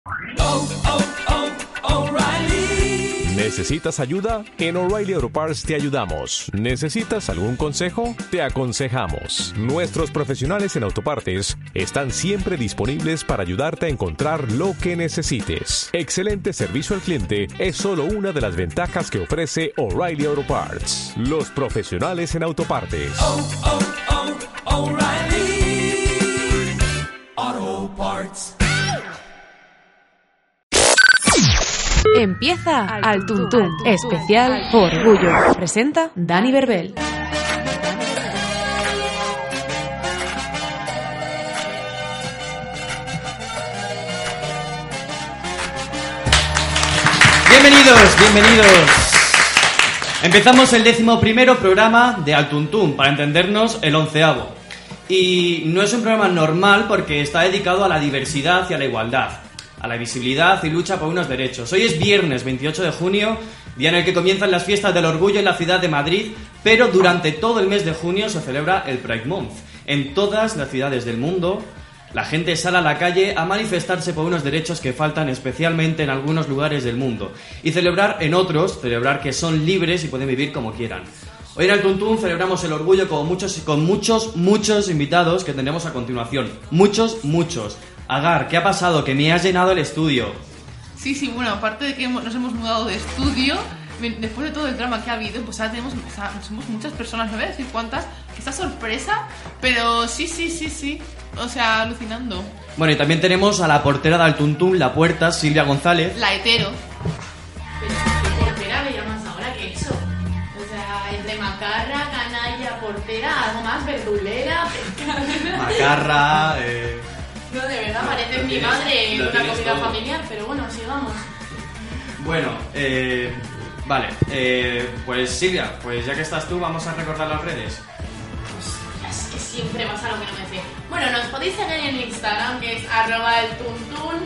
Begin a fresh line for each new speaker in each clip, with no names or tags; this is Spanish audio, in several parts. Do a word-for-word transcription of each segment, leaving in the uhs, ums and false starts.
Oh, oh, oh, O'Reilly.
¿Necesitas ayuda? En O'Reilly Auto Parts te ayudamos. ¿Necesitas algún consejo? Te aconsejamos. Nuestros profesionales en autopartes están siempre disponibles para ayudarte a encontrar lo que necesites. Excelente servicio al cliente es solo una de las ventajas que ofrece O'Reilly Auto Parts. Los profesionales en autopartes.
Oh, oh, oh, O'Reilly Auto Parts.
Empieza Al Tuntún, especial Orgullo. Presenta Dani Verbel.
Bienvenidos, bienvenidos. Empezamos el décimo primero programa de Al Tuntún, para entendernos el onceavo. Y no es un programa normal porque está dedicado a la diversidad y a la igualdad, a la visibilidad y lucha por unos derechos. Hoy es viernes veintiocho de junio, día en el que comienzan las fiestas del orgullo en la ciudad de Madrid, pero durante todo el mes de junio se celebra el Pride Month. En todas las ciudades del mundo, la gente sale a la calle a manifestarse por unos derechos que faltan especialmente en algunos lugares del mundo, y celebrar en otros, celebrar que son libres y pueden vivir como quieran. Hoy en el Tuntún celebramos el orgullo con muchos, con muchos, muchos invitados que tendremos a continuación. Muchos, muchos. Agar, ¿qué ha pasado? Que me has llenado el estudio.
Sí, sí, bueno, aparte de que hemos, nos hemos mudado de estudio, después de todo el drama que ha habido, pues ahora tenemos, o sea, somos muchas personas, no voy a decir cuántas, que está sorpresa, pero sí, sí, sí, sí, o sea, alucinando.
Bueno, y también tenemos a la portera de Al Tuntún, la puerta, Silvia González.
La hetero.
Pero ¿qué portera me llamas ahora que eso? O sea, entre macarra, canalla, portera, algo más, verdulera, pescadera.
Macarra, eh...
No, de verdad, parece mi madre en
lo
una
tienes
comida
todo.
familiar, pero bueno, sigamos.
Bueno, eh... Vale, eh... pues Silvia, pues ya que estás tú, vamos a recordar las redes.
Pues es que siempre pasa lo que no me sé. Bueno, nos podéis seguir en Instagram, que es arroba el tuntún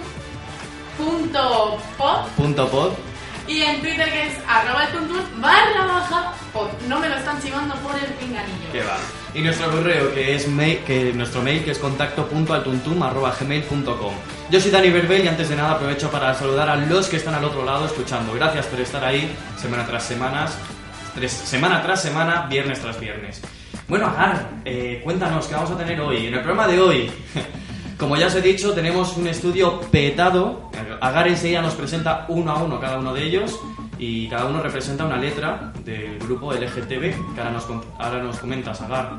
punto pod,
Punto pod.
y en Twitter, que es arroba el tuntún barra baja pod. No me lo están chivando por el pinganillo.
Que va. Y nuestro correo, que es mail, que nuestro mail, que es contacto punto altuntum arroba gmail punto com. Yo soy Dani Verbel y antes de nada aprovecho para saludar a los que están al otro lado escuchando. Gracias por estar ahí semana tras semanas, tres, semana tras semana, viernes tras viernes. Bueno, Agar, eh, cuéntanos qué vamos a tener hoy. En el programa de hoy, como ya os he dicho, tenemos un estudio petado. Agar enseguida nos presenta uno a uno cada uno de ellos. Y cada uno representa una letra del grupo L G T B, que ahora nos, ahora nos comentas, Agar.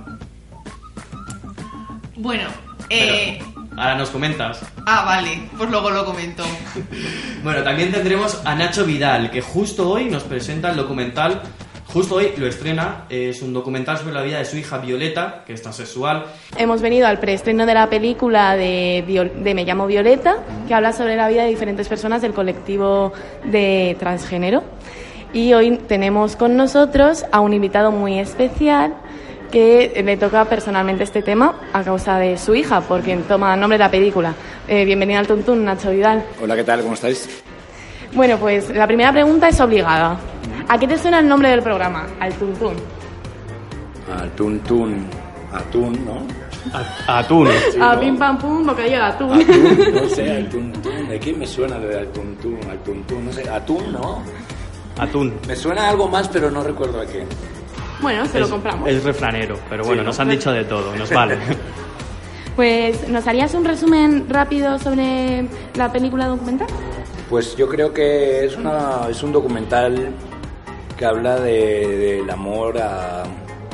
Bueno, eh...
Pero, ahora nos comentas.
Ah, vale, pues luego lo comento.
Bueno, también tendremos a Nacho Vidal, que justo hoy nos presenta el documental. Justo hoy lo estrena, es un documental sobre la vida de su hija Violeta, que es transexual.
Hemos venido al preestreno de la película de, Viol- de Me llamo Violeta, que habla sobre la vida de diferentes personas del colectivo de transgénero. Y hoy tenemos con nosotros a un invitado muy especial que le toca personalmente este tema a causa de su hija, porque toma nombre de la película. Eh, bienvenido al Tuntún, Nacho Vidal.
Hola, ¿qué tal? ¿Cómo estáis?
Bueno, pues la primera pregunta es obligada. ¿A qué te suena el nombre del programa? Al Tuntún.
Al tuntún, atún, ¿no?
A, atún.
Sí,
A
¿no?
pim pam pum, bocadillo de atún.
Atún, no sé, al tuntún. ¿De quién me suena lo de al tuntún? Al tuntún, no sé, atún, ¿no?
Atún.
Me suena algo más, pero no recuerdo a qué.
Bueno, se
es,
lo compramos.
Es refranero, pero bueno,
Sí, ¿no?
nos han dicho de todo, nos vale.
Pues, ¿nos harías un resumen rápido sobre la película documental?
Pues yo creo que es, una, es un documental que habla de, del amor a,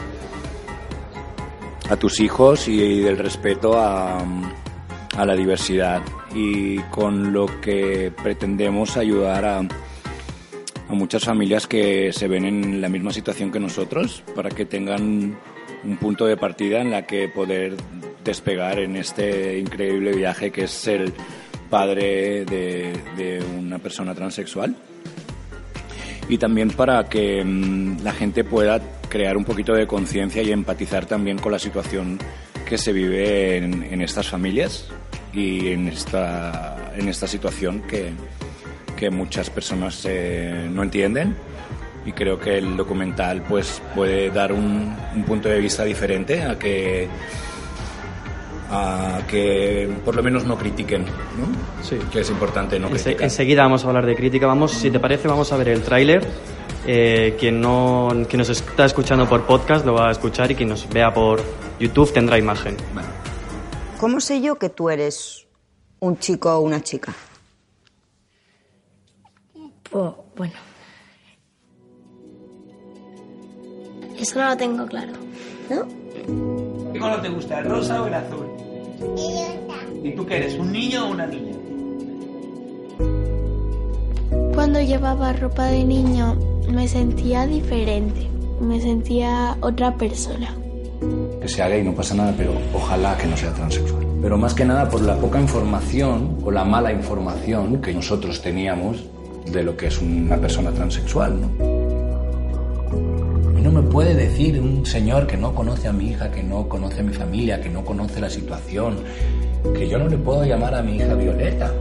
a tus hijos y del respeto a, a la diversidad, y con lo que pretendemos ayudar a, a muchas familias que se ven en la misma situación que nosotros, para que tengan un punto de partida en la que poder despegar en este increíble viaje que es ser padre de, de una persona transexual. Y también para que mmm, la gente pueda crear un poquito de conciencia y empatizar también con la situación que se vive en, en estas familias y en esta, en esta situación que, que muchas personas eh, no entienden. Y creo que el documental pues puede dar un, un punto de vista diferente a que a que por lo menos no critiquen, ¿no?
Sí.
Que es importante no
Ense-
criticar.
enseguida vamos a hablar de crítica. Vamos, si te parece, vamos a ver el tráiler. Eh, quien no, quien nos está escuchando por podcast lo va a escuchar y quien nos vea por YouTube tendrá imagen.
Bueno.
¿Cómo sé yo que tú eres un chico o una chica?
Pues bueno. Eso no lo tengo claro.
¿No?
¿Qué color te gusta, el rosa o el azul? ¿Y tú qué eres, un niño o una niña?
Cuando llevaba ropa de niño me sentía diferente, me sentía otra persona.
Que sea gay no pasa nada, pero ojalá que no sea transexual. Pero más que nada por la poca información o la mala información que nosotros teníamos de lo que es una persona transexual, ¿no? Y no me puede decir un señor que no conoce a mi hija, que no conoce a mi familia, que no conoce la situación, que yo no le puedo llamar a mi hija Violeta.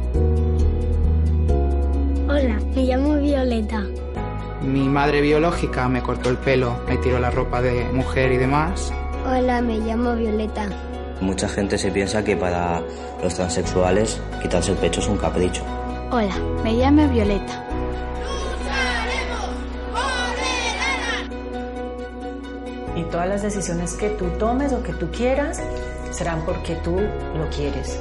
Hola, me llamo Violeta.
Mi madre biológica me cortó el pelo, me tiró la ropa de mujer y demás.
Hola, me llamo Violeta.
Mucha gente se piensa que para los transexuales quitarse el pecho es un capricho.
Hola, me llamo Violeta.
Y todas las decisiones que tú tomes o que tú quieras serán porque tú lo quieres.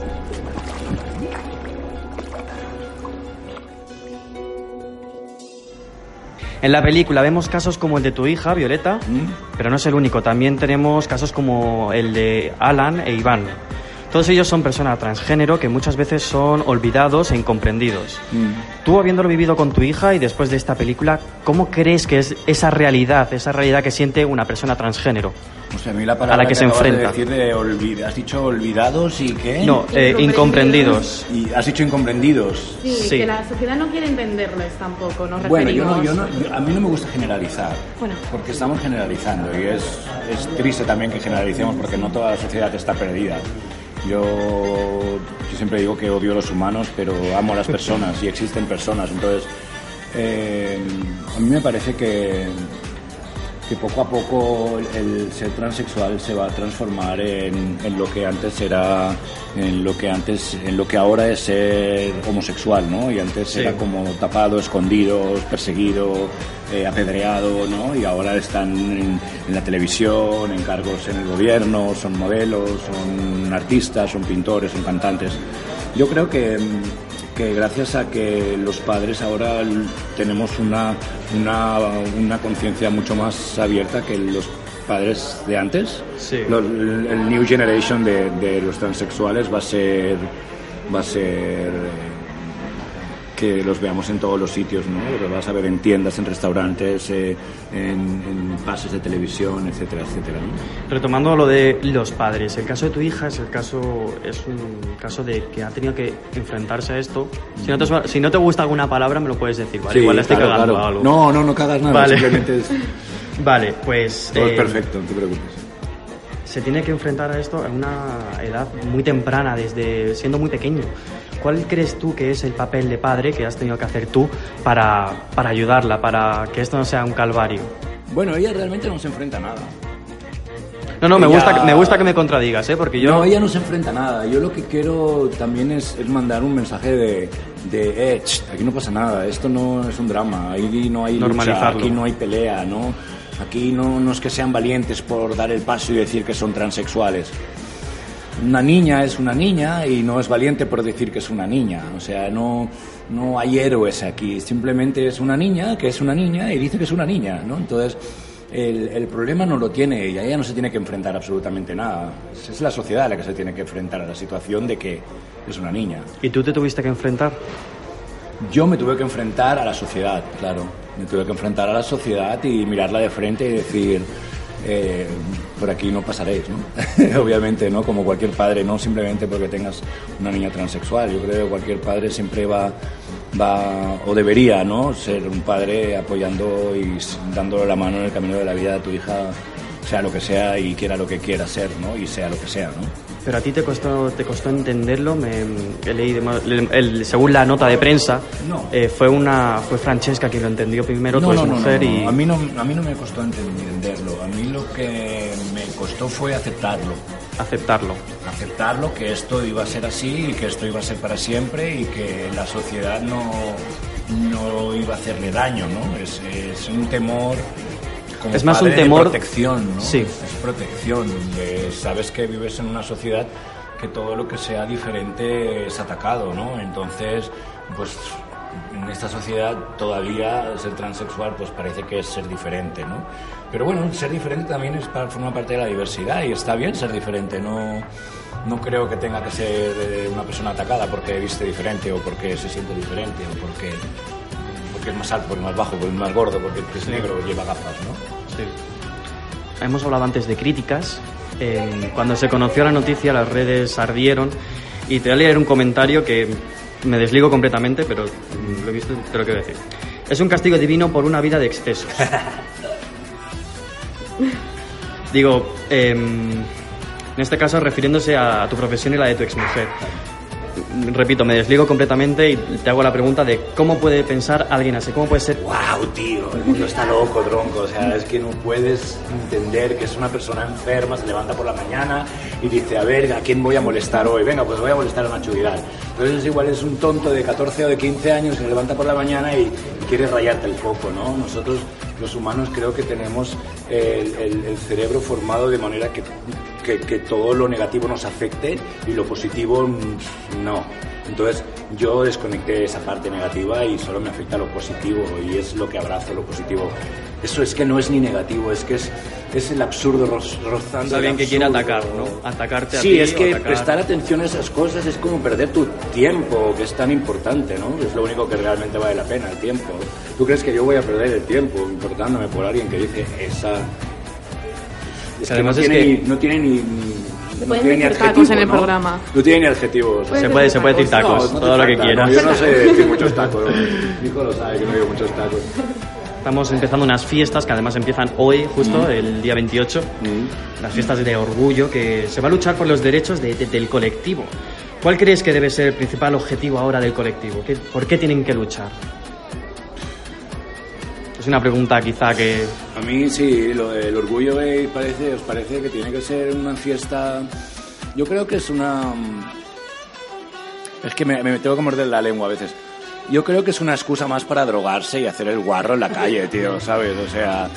En la película vemos casos como el de tu hija, Violeta, ¿Mm? pero no es el único. También tenemos casos como el de Alan e Iván. Todos ellos son personas transgénero que muchas veces son olvidados e incomprendidos. Mm. Tú, habiéndolo vivido con tu hija y después de esta película, ¿cómo crees que es esa realidad, esa realidad que siente una persona transgénero?
O sea, a mí la palabra
a la que, que se enfrenta.
De decir de olvid- ¿Has dicho olvidados y qué?
No, eh, incomprendidos.
¿Y has dicho incomprendidos?
Sí, sí, que la sociedad no quiere entenderles tampoco, nos referimos.
Bueno, yo no, yo no, yo, a mí no me gusta generalizar,
bueno.
porque estamos generalizando y es, es triste también que generalicemos porque no toda la sociedad está perdida. Yo, yo siempre digo que odio a los humanos, pero amo a las personas y existen personas. Entonces, eh, a mí me parece que, que poco a poco el ser transexual se va a transformar en, en lo que antes era, en lo que antes, en lo que ahora es ser homosexual, ¿no? Y antes sí. era como tapado, escondido, perseguido, eh, apedreado, ¿no? Y ahora están en, en la televisión, en cargos en el gobierno, son modelos, son artistas, son pintores, son cantantes. Yo creo que, que gracias a que los padres ahora tenemos una, una, una conciencia mucho más abierta que los padres de antes, sí. los, el, el new generation de, de los transexuales va a ser va a ser que los veamos en todos los sitios, ¿no? Los vas a ver en tiendas, en restaurantes, eh, en, en pases de televisión, etcétera, etcétera, ¿no?
Retomando lo de los padres, el caso de tu hija es el caso es un caso de que ha tenido que enfrentarse a esto. Si no te, si no te gusta alguna palabra me lo puedes decir, ¿vale?
Sí,
igual le estoy
claro,
cagando
claro.
algo.
No, no, no cagas nada,
vale.
simplemente es...
Vale, pues...
Todo
eh,
es perfecto, no te preocupes.
Se tiene que enfrentar a esto a una edad muy temprana, desde siendo muy pequeño. ¿Cuál crees tú que es el papel de padre que has tenido que hacer tú para, para ayudarla, para que esto no sea un calvario?
Bueno, ella realmente no se enfrenta a nada.
No, no,
ella...
me gusta, me gusta que me contradigas, ¿eh? Porque yo...
No, ella no se enfrenta a nada. Yo lo que quiero también es, es mandar un mensaje de, de eh, ch, aquí no pasa nada, esto no es un drama, aquí no hay lucha, aquí no hay pelea, ¿no? Aquí no, no es que sean valientes por dar el paso y decir que son transexuales. Una niña es una niña y no es valiente por decir que es una niña. O sea, no, no hay héroes aquí. Simplemente es una niña que es una niña y dice que es una niña, ¿no? Entonces, el, el problema no lo tiene ella. Ella no se tiene que enfrentar absolutamente nada. Es la sociedad la que se tiene que enfrentar a la situación de que es una niña.
¿Y tú te tuviste que enfrentar?
Yo me tuve que enfrentar a la sociedad, claro. Me tuve que enfrentar a la sociedad y mirarla de frente y decir, eh, por aquí no pasaréis, ¿no? Obviamente, ¿no? Como cualquier padre, no simplemente porque tengas una niña transexual. Yo creo que cualquier padre siempre va, va o debería, ¿no? Ser un padre apoyando y dándole la mano en el camino de la vida a tu hija, sea lo que sea y quiera lo que quiera ser, ¿no? Y sea lo que sea, ¿no?
Pero a ti te costó, te costó entenderlo. Me, he leído, el, el, según la nota de prensa,
no.
eh, fue una fue Francesca quien lo entendió primero,
no,
tú
no,
eres
no,
mujer
no, no.
y...
A mí no, a mí no me costó entenderlo. A mí lo que me costó fue aceptarlo.
aceptarlo.
Aceptarlo, que esto iba a ser así y que esto iba a ser para siempre y que la sociedad no, no iba a hacerle daño, ¿no? Es, es un temor como
es más
padre
un temor
de protección, ¿no?
Sí.
Es protección, de, sabes que vives en una sociedad que todo lo que sea diferente es atacado, ¿no? Entonces, pues en esta sociedad todavía ser transexual pues parece que es ser diferente, ¿no? Pero bueno, ser diferente también es para, forma parte de la diversidad y está bien ser diferente, no, no creo que tenga que ser una persona atacada porque viste diferente o porque se siente diferente o porque, porque es más alto, porque es más bajo, porque es más gordo, porque es negro o lleva gafas, ¿no?
Sí. Hemos hablado antes de críticas. Eh, cuando se conoció la noticia las redes ardieron y te voy a leer un comentario que me desligo completamente, pero lo he visto, te lo quiero decir. Es un castigo divino por una vida de excesos. Digo, eh, en este caso refiriéndose a, a tu profesión y la de tu exmujer. Repito, me desligo completamente y te hago la pregunta de cómo puede pensar alguien así, cómo puede ser...
¡Wow, tío! El mundo está loco, tronco. O sea, es que no puedes entender que es una persona enferma, se levanta por la mañana y dice, a ver, ¿a quién voy a molestar hoy? Venga, pues voy a molestar a Nacho Vidal. Entonces igual es un tonto de catorce o de quince años que se levanta por la mañana y quiere rayarte el foco, ¿no? Nosotros, los humanos, creo que tenemos el, el, el cerebro formado de manera que, que, que todo lo negativo nos afecte y lo positivo no. Entonces yo desconecté esa parte negativa y solo me afecta lo positivo y es lo que abrazo, lo positivo. Eso es que no es ni negativo, es que es, es el absurdo rozando.
Está bien que quiera atacar, ¿no? Atacarte a ti.
Sí, es que
atacar...
prestar atención a esas cosas es como perder tu tiempo, que es tan importante, ¿no? Es lo único que realmente vale la pena, el tiempo. ¿Tú crees que yo voy a perder el tiempo importándome por alguien que dice esa... Es que
además
no,
es
tiene
que...
ni, no tiene ni...
Se
No
pueden
tiene ni
decir
adjetivo,
tacos en el
¿no?
programa.
No tiene ni adjetivos.
Se puede, se puede decir tacos,
no, no
todo lo que
falta,
quieras.
No, yo no sé decir muchos tacos. Mi hijo lo sabe, que no digo muchos tacos.
Estamos empezando unas fiestas que además empiezan hoy, justo,
Mm.
el día veintiocho.
Mm.
Las fiestas de orgullo, que se va a luchar por los derechos de, de, del colectivo. ¿Cuál crees que debe ser el principal objetivo ahora del colectivo? ¿Qué, ¿Por qué tienen que luchar? Es una pregunta quizá que...
A mí sí, lo del orgullo gay parece, os parece que tiene que ser una fiesta... Yo creo que es una... Es que me, me tengo que morder la lengua a veces. Yo creo que es una excusa más para drogarse y hacer el guarro en la calle, tío, ¿sabes? O sea...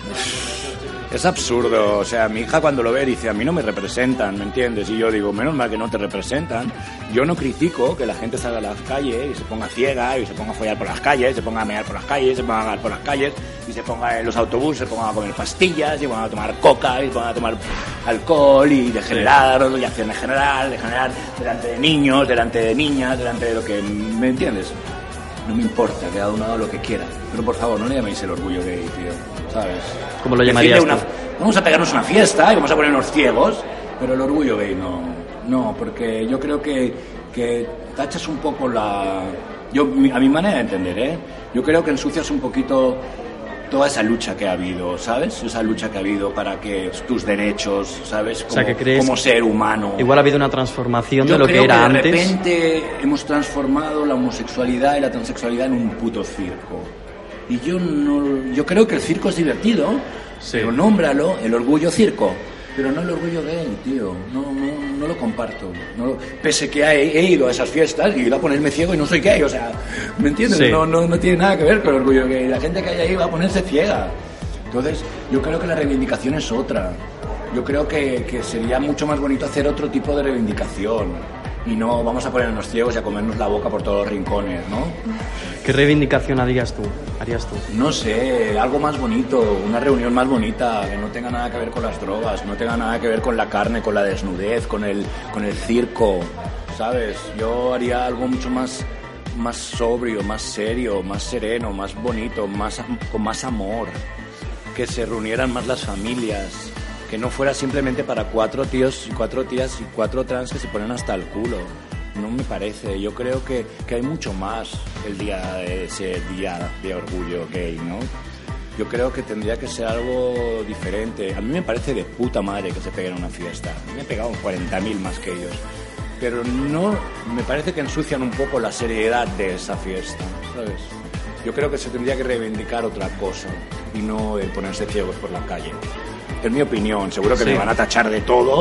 Es absurdo, o sea, mi hija cuando lo ve dice, a mí no me representan, ¿me entiendes? Y yo digo, menos mal que no te representan. Yo no critico que la gente salga a las calles y se ponga ciega y se ponga a follar por las calles, se ponga a mear por las calles, se ponga a cagar por las calles y se ponga en los autobuses, se ponga a comer pastillas y se ponga a tomar coca y se ponga a tomar alcohol y degenerar, y hacer degenerar, degenerar delante de niños, delante de niñas, delante de lo que... ¿Me entiendes? No me importa, que cada uno haga lo que quiera. Pero por favor, no le llaméis el orgullo gay, tío. ¿Sabes?
¿Cómo lo llamarías
una,
tú?
Vamos a pegarnos una fiesta y vamos a ponernos ciegos, pero el orgullo gay no. No, porque yo creo que, que tachas un poco la... Yo, a mi manera de entender, ¿eh? Yo creo que ensucias un poquito toda esa lucha que ha habido, ¿sabes? Esa lucha que ha habido para que tus derechos, ¿sabes? Como,
O sea, que crees
como ser humano.
Igual ha habido una transformación
Yo
de lo que
creo
era
de
antes.
De repente hemos transformado la homosexualidad y la transexualidad en un puto circo. Y yo no, yo creo que el circo es divertido,
Sí.
pero nómbralo, el orgullo circo. Pero no el orgullo gay, tío. No, no, no lo comparto. No lo- pese que he, he ido a esas fiestas y he ido a ponerme ciego y no soy gay, o sea, ¿me entiendes?
Sí.
No, no, no tiene nada que ver con el orgullo gay. La gente que haya ido va a ponerse ciega. Entonces, yo creo que la reivindicación es otra. Yo creo que, que sería mucho más bonito hacer otro tipo de reivindicación. Y no vamos a ponernos ciegos y a comernos la boca por todos los rincones, ¿no?
¿Qué reivindicación harías tú? ¿Harías tú?
No sé, algo más bonito, una reunión más bonita, que no tenga nada que ver con las drogas, no tenga nada que ver con la carne, con la desnudez, con el, con el circo, ¿sabes? Yo haría algo mucho más, más sobrio, más serio, más sereno, más bonito, más, am- con más amor, que se reunieran más las familias, que no fuera simplemente para cuatro tíos y cuatro tías y cuatro trans que se ponen hasta el culo. No me parece. Yo creo que, que hay mucho más el día de ese día de orgullo gay, ¿no? Yo creo que tendría que ser algo diferente. A mí me parece de puta madre que se peguen a una fiesta. A mí me he pegado cuarenta mil más que ellos. Pero no, me parece que ensucian un poco la seriedad de esa fiesta, ¿sabes? Yo creo que se tendría que reivindicar otra cosa y no el ponerse ciegos por la calle. Es mi opinión, seguro que
Sí.
me van a tachar de todo,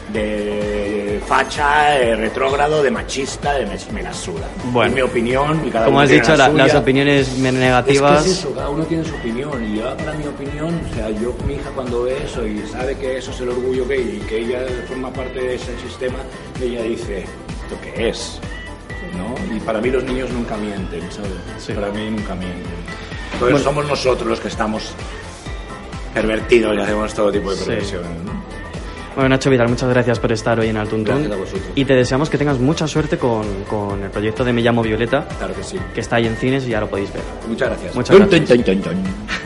de facha, de retrógrado, de machista, de me, me la suda.
Bueno,
es mi opinión y cada
como
uno
has
tiene
dicho,
la
la, las opiniones negativas...
Es que es eso, cada uno tiene su opinión y yo para mi opinión, o sea, yo mi hija cuando ve eso y sabe que eso es el orgullo gay y que ella forma parte de ese sistema, ella dice, ¿esto qué es? ¿No? Y para mí los niños nunca mienten, ¿sabes? Sí. Para mí nunca mienten. Entonces bueno, somos nosotros los que estamos pervertidos y hacemos todo tipo de perversiones, sí. ¿no?
Bueno, Nacho Vidal, muchas gracias por estar hoy en Altuntún. Y te deseamos que tengas mucha suerte con, con el proyecto de Me llamo Violeta.
Claro que sí.
Que está ahí en cines y ya lo podéis ver.
Muchas gracias.
Muchas gracias.
Ton, ton, ton, ton.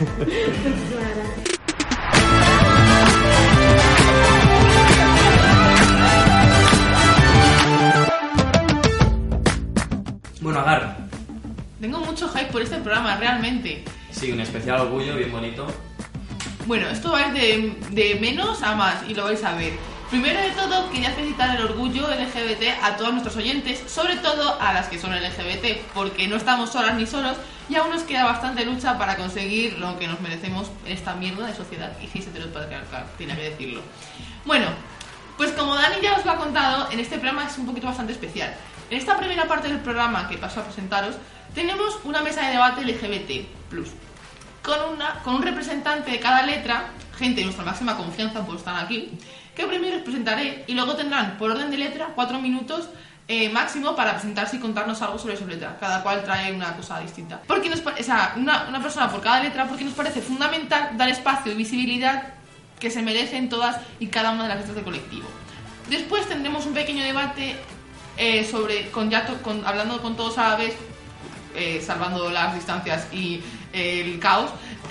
Bueno, Agar.
Tengo mucho hype por este programa, realmente.
Sí, un especial orgullo bien bonito.
Bueno, esto va a ir de, de menos a más y lo vais a ver. Primero de todo, quería felicitar el orgullo L G B T a todos nuestros oyentes, sobre todo a las que son L G B T, porque no estamos solas ni solos y aún nos queda bastante lucha para conseguir lo que nos merecemos en esta mierda de sociedad y cis heteropatriarcal, tiene que decirlo. Bueno, pues como Dani ya os lo ha contado, en este programa es un poquito bastante especial. En esta primera parte del programa que paso a presentaros, tenemos una mesa de debate L G B T plus. Con, una, con un representante de cada letra, gente de nuestra máxima confianza, pues están aquí, que primero les presentaré y luego tendrán, por orden de letra, cuatro minutos eh, máximo para presentarse y contarnos algo sobre su letra. Cada cual trae una cosa distinta. Porque nos, o sea, una, una persona por cada letra, porque nos parece fundamental dar espacio y visibilidad que se merecen todas y cada una de las letras del colectivo. Después tendremos un pequeño debate eh, sobre, con, ya to, con, hablando con todos a la vez, eh, salvando las distancias y eh, el caos,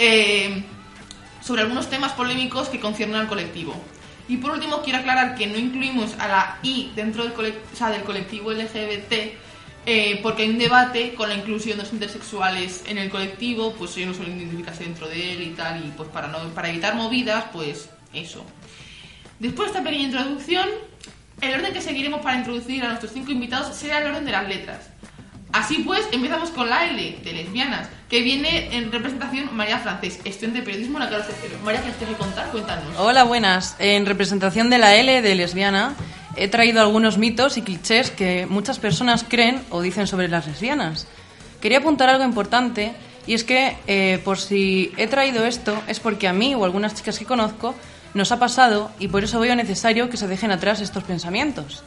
eh, sobre algunos temas polémicos que conciernen al colectivo. Y por último quiero aclarar que no incluimos a la I dentro del, colect- o sea, del colectivo L G B T eh, porque hay un debate con la inclusión de los intersexuales en el colectivo, pues ellos no suelen identificarse dentro de él y tal, y pues para, no, para evitar movidas, pues eso. Después de esta pequeña introducción, el orden que seguiremos para introducir a nuestros cinco invitados será el orden de las letras. Así pues, empezamos con la L, de lesbianas, que viene en representación María Francés, estudiante de periodismo en la Carlos tercero. María, ¿qué nos tienes que contar? Cuéntanos.
Hola, buenas. En representación de la L, de lesbiana, he traído algunos mitos y clichés que muchas personas creen o dicen sobre las lesbianas. Quería apuntar algo importante, y es que, eh, por si he traído esto, es porque a mí o a algunas chicas que conozco nos ha pasado, y por eso veo necesario que se dejen atrás estos pensamientos.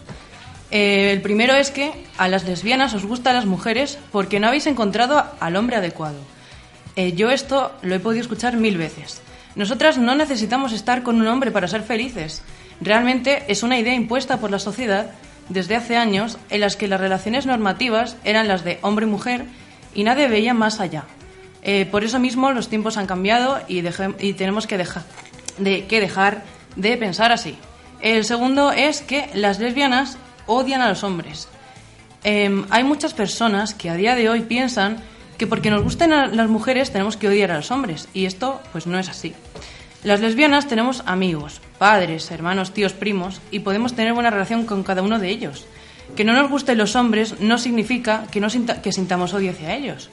Eh, el primero es que a las lesbianas os gustan las mujeres porque no habéis encontrado al hombre adecuado. Eh, yo esto lo he podido escuchar mil veces. Nosotras no necesitamos estar con un hombre para ser felices. Realmente es una idea impuesta por la sociedad desde hace años en las que las relaciones normativas eran las de hombre y mujer y nadie veía más allá. Eh, por eso mismo los tiempos han cambiado y, deje- y tenemos que, deja- de, que dejar de pensar así. El segundo es que las lesbianas odian a los hombres. Eh, hay muchas personas que a día de hoy piensan que porque nos gusten a las mujeres tenemos que odiar a los hombres, y esto pues no es así. Las lesbianas tenemos amigos, padres, hermanos, tíos, primos, y podemos tener buena relación con cada uno de ellos. Que no nos gusten los hombres no significa que, no sinta, que sintamos odio hacia ellos.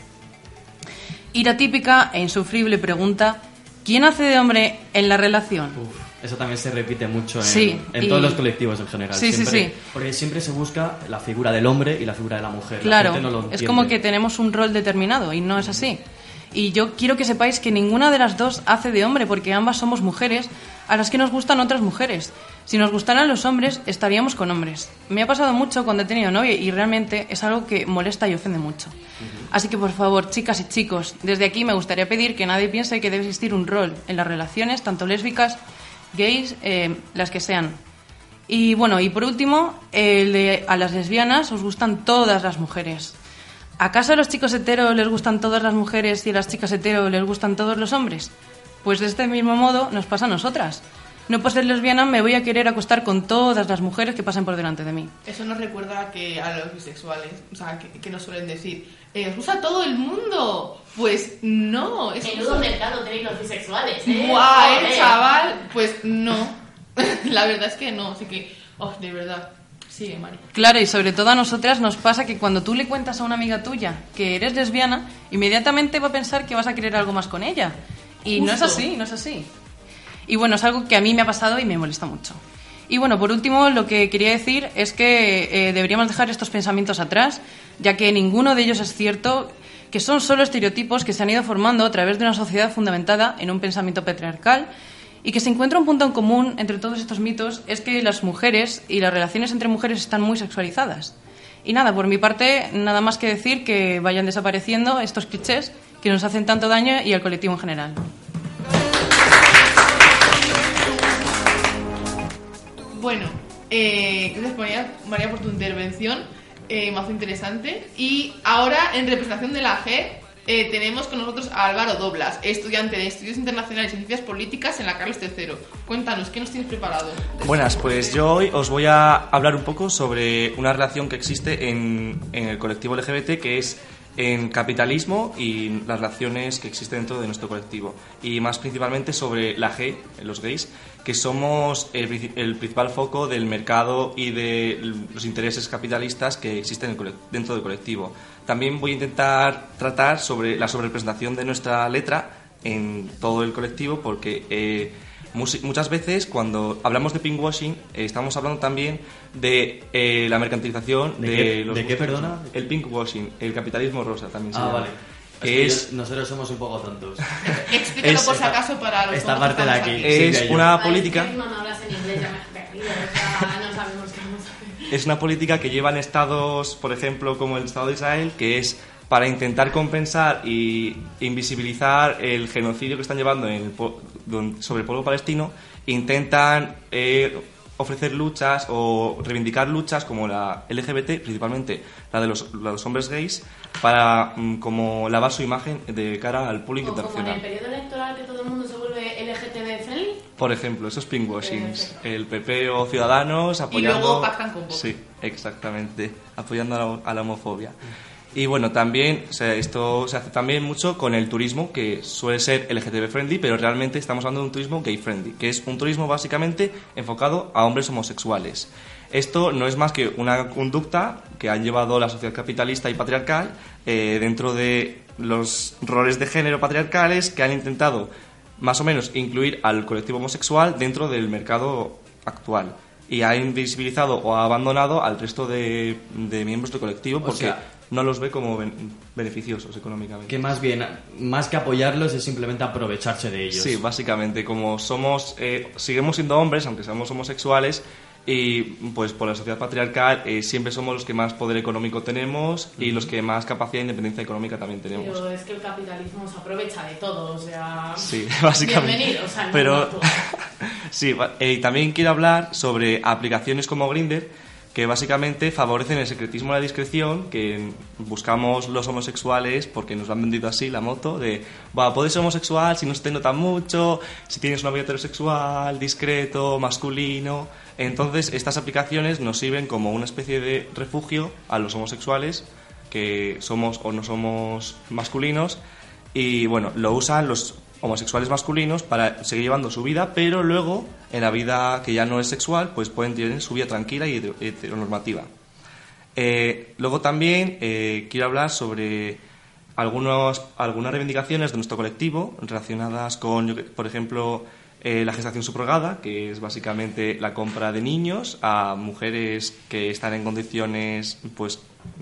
Y la típica e insufrible pregunta: ¿quién hace de hombre en la relación?
Uf. Eso también se repite mucho en,
sí,
en
y...
todos los colectivos en general.
Sí,
siempre,
sí, sí.
Porque siempre se busca la figura del hombre y la figura de la mujer.
Claro,
la gente no lo
es
entiende.
como que tenemos un rol determinado y no es así. Y yo quiero que sepáis que ninguna de las dos hace de hombre, porque ambas somos mujeres a las que nos gustan otras mujeres. Si nos gustaran los hombres, estaríamos con hombres. Me ha pasado mucho cuando he tenido novia y realmente es algo que molesta y ofende mucho. Uh-huh. Así que, por favor, chicas y chicos, desde aquí me gustaría pedir que nadie piense que debe existir un rol en las relaciones, tanto lésbicas, gays, eh, las que sean. Y bueno, y por último, el de a las lesbianas os gustan todas las mujeres. ¿Acaso a los chicos heteros les gustan todas las mujeres y a las chicas heteros les gustan todos los hombres? Pues de este mismo modo nos pasa a nosotras. No por ser lesbiana me voy a querer acostar con todas las mujeres que pasen por delante de mí.
Eso nos recuerda que a los bisexuales, o sea, que, que nos suelen decir, eh, ¿os gusta todo el mundo? Pues no. Es
Menudo mercado tenéis los bisexuales, ¿eh?
¡Guau, eh, chaval! Pues no. La verdad es que no, así que, oh, de verdad. Sigue, Mari.
Claro, y sobre todo a nosotras nos pasa que cuando tú le cuentas a una amiga tuya que eres lesbiana, inmediatamente va a pensar que vas a querer algo más con ella. Y Justo. no es así, no es así. Y bueno, es algo que a mí me ha pasado y me molesta mucho. Y bueno, por último, lo que quería decir es que eh, deberíamos dejar estos pensamientos atrás, ya que ninguno de ellos es cierto, que son solo estereotipos que se han ido formando a través de una sociedad fundamentada en un pensamiento patriarcal, y que se encuentra un punto en común entre todos estos mitos, es que las mujeres y las relaciones entre mujeres están muy sexualizadas. Y nada, por mi parte, nada más que decir que vayan desapareciendo estos clichés que nos hacen tanto daño y al colectivo en general.
Bueno, eh, gracias María, María por tu intervención, eh, mazo interesante. Y ahora, en representación de la G, eh, tenemos con nosotros a Álvaro Doblas, estudiante de Estudios Internacionales y Ciencias Políticas en la Carlos tercero. Cuéntanos, ¿qué nos tienes preparado?
Buenas, pues yo hoy os voy a hablar un poco sobre una relación que existe en, en el colectivo L G B T, que es en capitalismo y las relaciones que existen dentro de nuestro colectivo, y más principalmente sobre la G, los gays, que somos el, el principal foco del mercado y de los intereses capitalistas que existen dentro del colectivo. También voy a intentar tratar sobre la sobrerepresentación de nuestra letra en todo el colectivo, porque eh, muchas veces cuando hablamos de pinkwashing eh, estamos hablando también de eh, la mercantilización
de,
de,
qué,
los
¿de qué, perdona?
El pinkwashing, el capitalismo rosa también se
ah,
llama.
Vale.
Que
es,
es
yo, nosotros somos un poco tontos.
Explícalo por si acaso para los
esta parte de aquí. aquí.
Es
sí,
una
Ay,
política.
Es que no hablas en inglés, ya me he perdido, o sea, no sabemos qué vamos a hacer.
Es una política que llevan estados, por ejemplo, como el Estado de Israel, que es para intentar compensar y invisibilizar el genocidio que están llevando en el, sobre el pueblo palestino. Intentan eh, ofrecer luchas o reivindicar luchas como la L G B T, principalmente la de los, la de los hombres gays, para mm, como lavar su imagen de cara al público
o
internacional.
Como en el periodo electoral que todo el mundo se vuelve L G T B friendly.
Por ejemplo, esos pinkwashings, el P P o Ciudadanos apoyando...
Y luego pactan con Vox.
Sí, exactamente, apoyando a la, a la homofobia. Y bueno, también, o sea, esto se hace también mucho con el turismo, que suele ser L G T B friendly, pero realmente estamos hablando de un turismo gay friendly, que es un turismo básicamente enfocado a hombres homosexuales. Esto no es más que una conducta que ha llevado la sociedad capitalista y patriarcal eh, dentro de los roles de género patriarcales, que han intentado más o menos incluir al colectivo homosexual dentro del mercado actual, y ha invisibilizado o ha abandonado al resto de, de miembros del colectivo porque... O sea, no los ve como ben- beneficiosos económicamente.
Que más bien, más que apoyarlos, es simplemente aprovecharse de ellos.
Sí, básicamente, como somos, eh, seguimos siendo hombres, aunque seamos homosexuales, y pues por la sociedad patriarcal eh, siempre somos los que más poder económico tenemos y uh-huh. los que más capacidad de independencia económica también tenemos.
Pero es que el capitalismo se aprovecha de todo, o sea...
Sí, básicamente.
Bienvenido, o sea, no
Pero,
no
sí, eh, también quiero hablar sobre aplicaciones como Grindr, que básicamente favorecen el secretismo y la discreción que buscamos los homosexuales, porque nos lo han vendido así la moto de, va, puedes ser homosexual si no se te nota mucho, si tienes una vida heterosexual, discreto, masculino. Entonces estas aplicaciones nos sirven como una especie de refugio a los homosexuales que somos o no somos masculinos, y bueno, lo usan los homosexuales masculinos para seguir llevando su vida, pero luego en la vida que ya no es sexual pues pueden tener su vida tranquila y heteronormativa. Eh, luego también eh, quiero hablar sobre algunos, algunas reivindicaciones de nuestro colectivo relacionadas con, por ejemplo, eh, la gestación subrogada, que es básicamente la compra de niños a mujeres que están en condiciones pues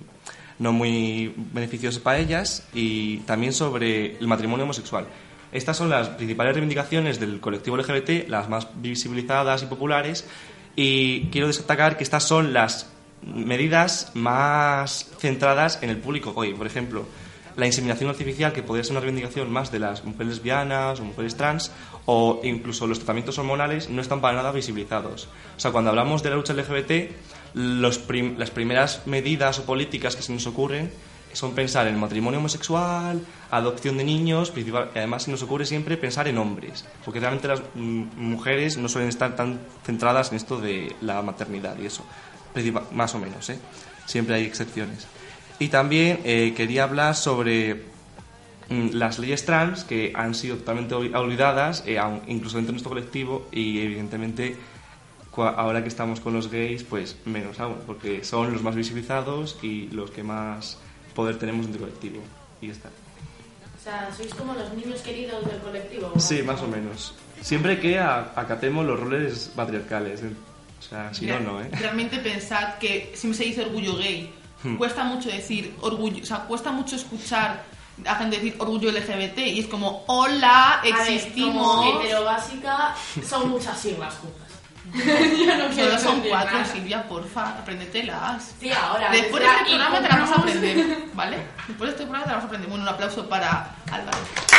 no muy beneficiosas para ellas, y también sobre el matrimonio homosexual. Estas son las principales reivindicaciones del colectivo L G B T, las más visibilizadas y populares, y quiero destacar que estas son las medidas más centradas en el público hoy. Por ejemplo, la inseminación artificial, que podría ser una reivindicación más de las mujeres lesbianas o mujeres trans, o incluso los tratamientos hormonales, no están para nada visibilizados. O sea, cuando hablamos de la lucha L G B T, los prim- las primeras medidas o políticas que se nos ocurren son pensar en matrimonio homosexual, adopción de niños, principal, y además se nos ocurre siempre pensar en hombres, porque realmente las m- mujeres no suelen estar tan centradas en esto de la maternidad y eso, más o menos, ¿eh? Siempre hay excepciones. Y también eh, quería hablar sobre mm, las leyes trans, que han sido totalmente olvidadas, eh, aun, incluso dentro de nuestro colectivo, y evidentemente cua- ahora que estamos con los gays, pues menos aún, porque son los más visibilizados y los que más poder tenemos en el colectivo, y ya está.
O sea, sois como los niños queridos del colectivo, ¿no?
Sí, más o menos. Siempre que a- acatemos los roles patriarcales. O sea, si no, no, ¿eh?
Realmente pensad que siempre se dice orgullo gay.
Hmm.
Cuesta mucho decir orgullo, o sea, cuesta mucho escuchar a gente decir orgullo L G B T y es como, hola, existimos.
A ver, como heterobásica son muchas siglas juntas.
Yo no Solo son cuatro, nada. Silvia, porfa, apréndetelas.
Sí, ahora.
Después de este programa te las vas a aprender, ¿vale? Después de este programa te las vas a aprender. Bueno, un aplauso para Álvaro.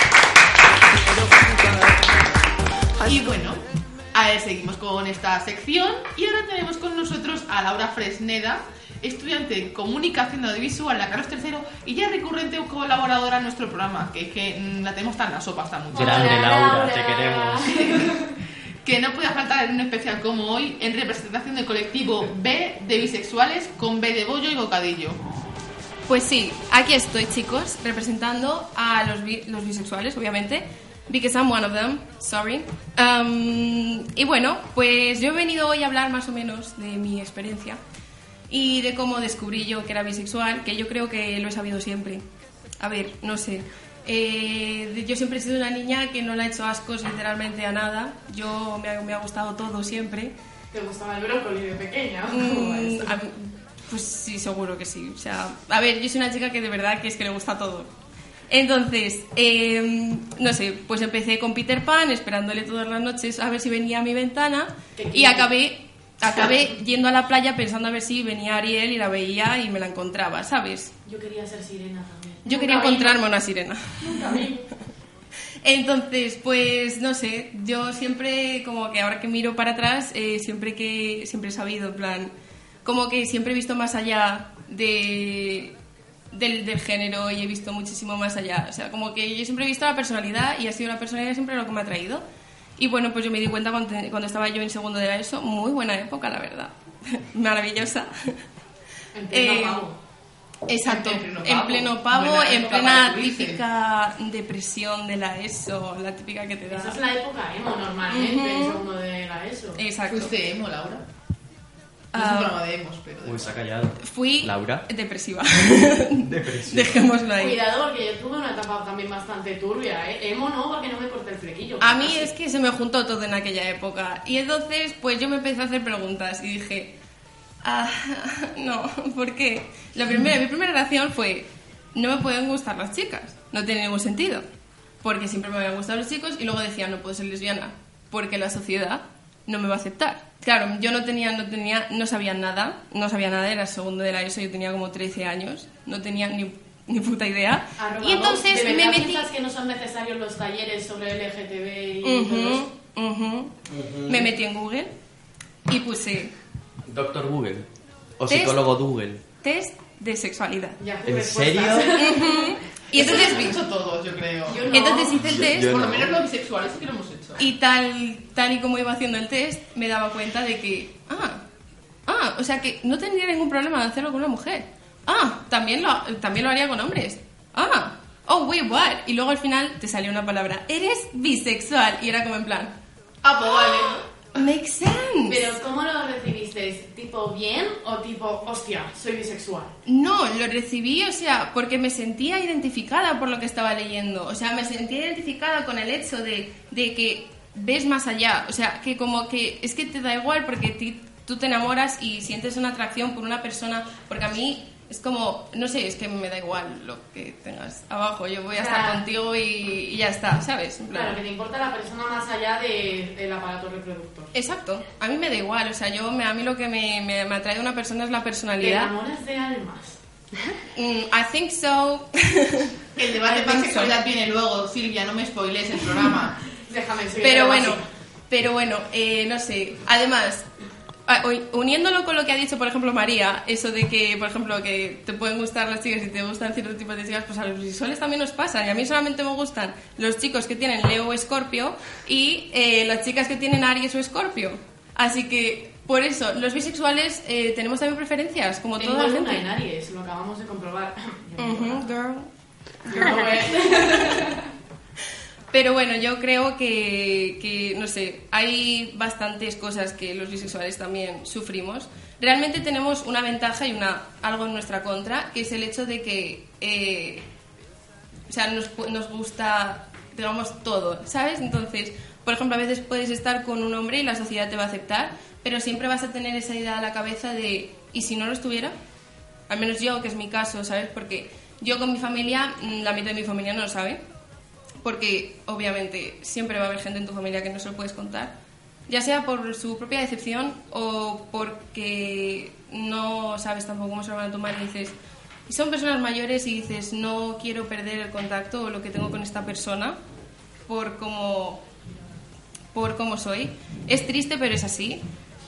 Y bueno, a ver, seguimos con esta sección y ahora tenemos con nosotros a Laura Fresneda, estudiante de Comunicación Audiovisual de la Carlos tercero y ya recurrente colaboradora en nuestro programa, que es que mmm, la tenemos tan la sopa hasta mucho.
Grande Laura, te queremos.
Que no podía faltar en un especial como hoy en representación del colectivo B de bisexuales con B de bollo y bocadillo.
Pues sí, aquí estoy, chicos, representando a los, bi- los bisexuales, obviamente, because I'm one of them, sorry. Um, y bueno, pues yo he venido hoy a hablar más o menos de mi experiencia y de cómo descubrí yo que era bisexual, que yo creo que lo he sabido siempre. A ver, no sé. Eh, yo siempre he sido una niña que no le ha hecho ascos literalmente a nada. Yo me ha, me ha gustado todo siempre.
¿Te gustaba el brócoli de pequeña?
Mm, a, pues sí, seguro que sí. O sea, a ver, yo soy una chica que de verdad que es que le gusta todo. Entonces, eh, no sé, pues empecé con Peter Pan, esperándole todas las noches a ver si venía a mi ventana y acabé, acabé yendo a la playa pensando a ver si venía Ariel y la veía y me la encontraba, ¿sabes?
Yo quería ser sirena también.
Yo quería
Nunca
encontrarme
vi.
una sirena.
Nunca vi.
Entonces, pues no sé, yo siempre, como que ahora que miro para atrás, eh, siempre que siempre he sabido, en plan, como que siempre he visto más allá de, del, del género y he visto muchísimo más allá. O sea, como que yo siempre he visto la personalidad y ha sido la personalidad siempre lo que me ha traído. Y bueno, pues yo me di cuenta cuando, cuando estaba yo en segundo de la ESO, muy buena época, la verdad. Maravillosa.
En pleno
Eh,
pavo.
Exacto,
En pleno
en
pavo.
pleno pavo,
Buena
en
época
plena
para subirse.
típica depresión de la ESO, la típica que te da.
Esa es la época emo normalmente,
Ujú.
en segundo de la ESO.
Exacto.
¿Fuiste emo, Laura? No es
Ah,
un programa de emos, pero... de
Uy, se ha callado.
Fui
Laura.
depresiva.
Depresiva.
Dejémoslo ahí.
Cuidado porque yo tuve una etapa también bastante turbia, ¿eh? Emo no, porque no me corté el flequillo.
A mí es que se me juntó todo en aquella época. Y entonces, pues yo me empecé a hacer preguntas y dije, ah, no, ¿por qué? La primera, mi primera reacción fue, no me pueden gustar las chicas. No tiene ningún sentido. Porque siempre me habían gustado los chicos y luego decía, no puedo ser lesbiana porque la sociedad no me va a aceptar. Claro, yo no tenía, no tenía, no sabía nada, no sabía nada, era segundo de la ESO, yo tenía como trece años, no tenía ni, ni puta idea.
Arroba
Y entonces
¿de
me
verdad
metí...
piensas que no son necesarios los talleres sobre L G T B y todo
Ujú,
eso?
ujú. Me metí en Google y puse
Doctor Google. O
Test.
psicólogo Google.
test de sexualidad.
¿En serio?
Ujú. Y
Eso
entonces
lo
vi.
hemos hecho todos, yo creo.
Yo no.
Entonces hice el
Yo-
test
yo
Por lo
no.
menos los bisexuales sí que lo hemos hecho.
y tal, tal y como iba haciendo el test, me daba cuenta de que, ah, ah, o sea que no tendría ningún problema de hacerlo con una mujer. Ah, también lo, también lo haría con hombres. Ah, oh, wait, what? Y luego al final te salió una palabra, eres bisexual. Y era como en plan,
Ah, pues vale.
makes sense.
Pero ¿cómo lo recibisteis? ¿Tipo bien o tipo, hostia, soy bisexual?
No, lo recibí, o sea, porque me sentía identificada por lo que estaba leyendo. O sea, me sentía identificada con el hecho de, de que ves más allá. O sea, que como que es que te da igual porque ti- tú te enamoras y sientes una atracción por una persona. Porque a mí es como, no sé, es que me da igual lo que tengas abajo. Yo voy a
O sea,
estar contigo y, y ya está, ¿sabes? En plan-
Claro, que te importa la persona más allá de- del aparato reproductor.
Exacto, a mí me da igual. O sea, yo me, a mí lo que me, me, me atrae de una persona es la
¿Te
personalidad.
enamoras de almas?
Mm, I think so.
El debate
I
para
think
sexualidad
so.
viene luego, Silvia, no me spoiles el programa.
Déjame soy
Pero
la
bueno,
básica.
pero bueno, eh, no sé. Además, a- u- uniéndolo con lo que ha dicho, por ejemplo, María, eso de que, por ejemplo, que te pueden gustar las chicas y te gustan cierto tipo de chicas, pues a los bisexuales también nos pasan. Y a mí solamente me gustan los chicos que tienen Leo o Escorpio y eh, las chicas que tienen Aries o Escorpio. Así que, por eso, los bisexuales eh, tenemos también preferencias, como
Tengo
toda la
luna
gente.
en Aries, lo acabamos de comprobar.
Ujú, girl.
Yo, eh,
Pero bueno, yo creo que, que, no sé, hay bastantes cosas que los bisexuales también sufrimos. Realmente tenemos una ventaja y una algo en nuestra contra, que es el hecho de que, eh, o sea, nos, pu- nos gusta, digamos, todo, ¿sabes? Entonces, por ejemplo, a veces puedes estar con un hombre y la sociedad te va a aceptar, pero siempre vas a tener esa idea en la cabeza de, ¿y si no lo estuviera? Al menos yo, que es mi caso, ¿sabes? Porque yo con mi familia, la mitad de mi familia no lo sabe, porque obviamente siempre va a haber gente en tu familia que no se lo puedes contar, ya sea por su propia decepción o porque no sabes tampoco cómo se lo van a tomar y dices, y son personas mayores y dices, no quiero perder el contacto o lo que tengo con esta persona por cómo, por cómo soy. Es triste, pero es así,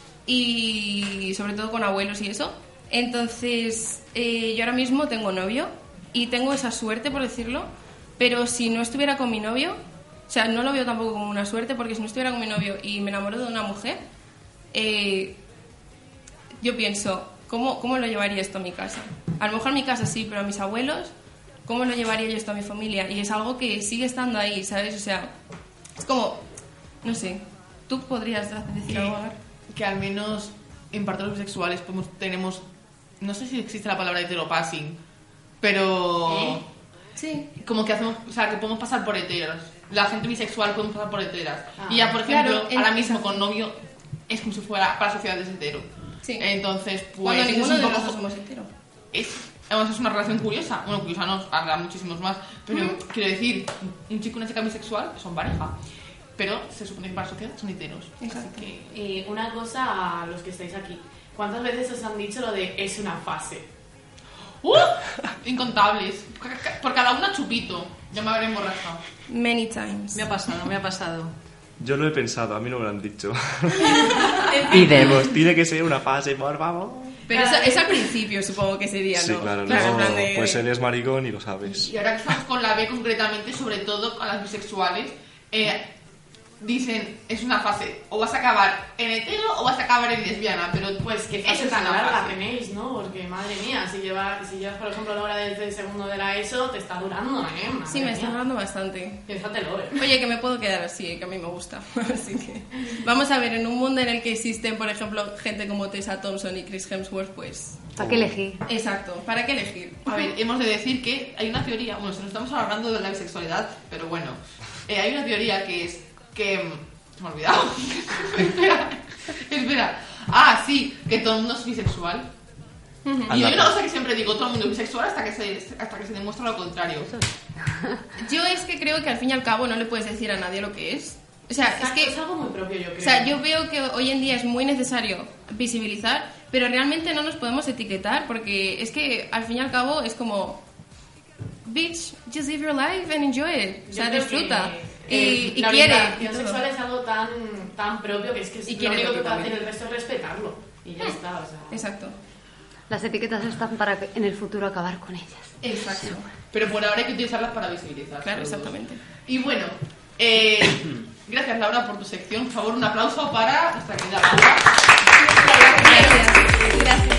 y sobre todo con abuelos y eso. Entonces, eh, yo ahora mismo tengo novio y tengo esa suerte, por decirlo, pero si no estuviera con mi novio, o sea, no lo veo tampoco como una suerte, porque si no estuviera con mi novio y me enamoro de una mujer, eh, yo pienso, ¿cómo, ¿cómo lo llevaría esto a mi casa? A lo mejor a mi casa sí, pero a mis abuelos, ¿cómo lo llevaría yo esto a mi familia? Y es algo que sigue estando ahí, ¿sabes? O sea, es como, no sé, ¿tú podrías decir algo?
Que al menos en parte los bisexuales podemos, tenemos, no sé si existe la palabra heteropassing, pero
¿Eh? Sí.
como que hacemos, o sea, que podemos pasar por heteros. La gente bisexual podemos pasar por heteras.
Ah,
y ya, por ejemplo,
claro,
ahora
en-
mismo con novio es como si fuera para la sociedad es hetero.
Sí.
Entonces, pues
Cuando
eso
ninguno
es un
de
poco-
los dos somos hetero.
Es, además es una relación curiosa. Bueno, curiosa no, habrá muchísimos más. Pero
Mm.
quiero decir, un chico y una chica bisexual son pareja. Pero se supone que para la sociedad son heteros.
Exacto.
Así que,
Eh, una cosa a los que estáis aquí. ¿Cuántas veces os han dicho lo de es una fase?
¡uh! Incontables. Por cada una chupito. Ya me habré emborrachado.
Many times.
Me ha pasado, me ha pasado.
Yo lo he pensado, a mí no me lo han dicho.
Y de-
Pues tiene que ser una fase, por favor.
Pero eso, eso al principio supongo que sería, ¿no?
Sí, claro,
Claro, en
no,
plan de-
pues eres maricón y lo sabes.
Y ahora que estamos con la B concretamente, sobre todo con las bisexuales, eh, dicen, es una fase, o vas a acabar en hetero o vas a acabar en lesbiana, pero
Pues qué
eso
fase
es
tan
una
larga
fase.
tenéis, ¿no? Porque madre mía, si llevas, si llevas por ejemplo la hora desde el segundo de la ESO, te está durando, ¿eh? Madre
Sí, me está
mía.
hablando bastante.
Piénsatelo, ¿eh?
Oye, que me puedo quedar así, eh, que a mí me gusta. Así que vamos a ver, en un mundo en el que existen, por ejemplo, gente como Tessa Thompson y Chris Hemsworth, pues...
¿Para qué elegir?
Exacto, ¿para qué elegir?
A ver, hemos de decir que hay una teoría, bueno, nos estamos hablando de la bisexualidad, pero bueno, eh, hay una teoría que es que... mm, se me ha olvidado. espera, espera. Ah, sí, que todo el mundo es bisexual. Y hay una cosa que siempre digo, todo el mundo es bisexual hasta que se, hasta que se demuestra lo contrario.
Yo es que creo que al fin y al cabo no le puedes decir a nadie lo que es. O sea,
Exacto,
es que...
es algo muy propio, yo creo.
O sea, yo veo que hoy en día es muy necesario visibilizar, pero realmente no nos podemos etiquetar porque es que al fin y al cabo es como... Bitch, just live your life and enjoy it. O
Yo
sea,
creo
disfruta.
que,
Y,
eh,
y
la
quiere.
orientación
y todo.
sexual es algo tan, tan propio que es que es
Y
lo
quiere
único
lo
que
que
puede hacer
también.
el resto es respetarlo. Y ya está, o sea...
Exacto.
Las etiquetas están para que en el futuro acabar con ellas.
Exacto.
Pero por ahora hay que utilizarlas para visibilizar.
Claro,
sobre todo.
exactamente.
Y bueno, eh, gracias Laura por tu sección. Por favor, un aplauso para nuestra querida Laura.
Gracias.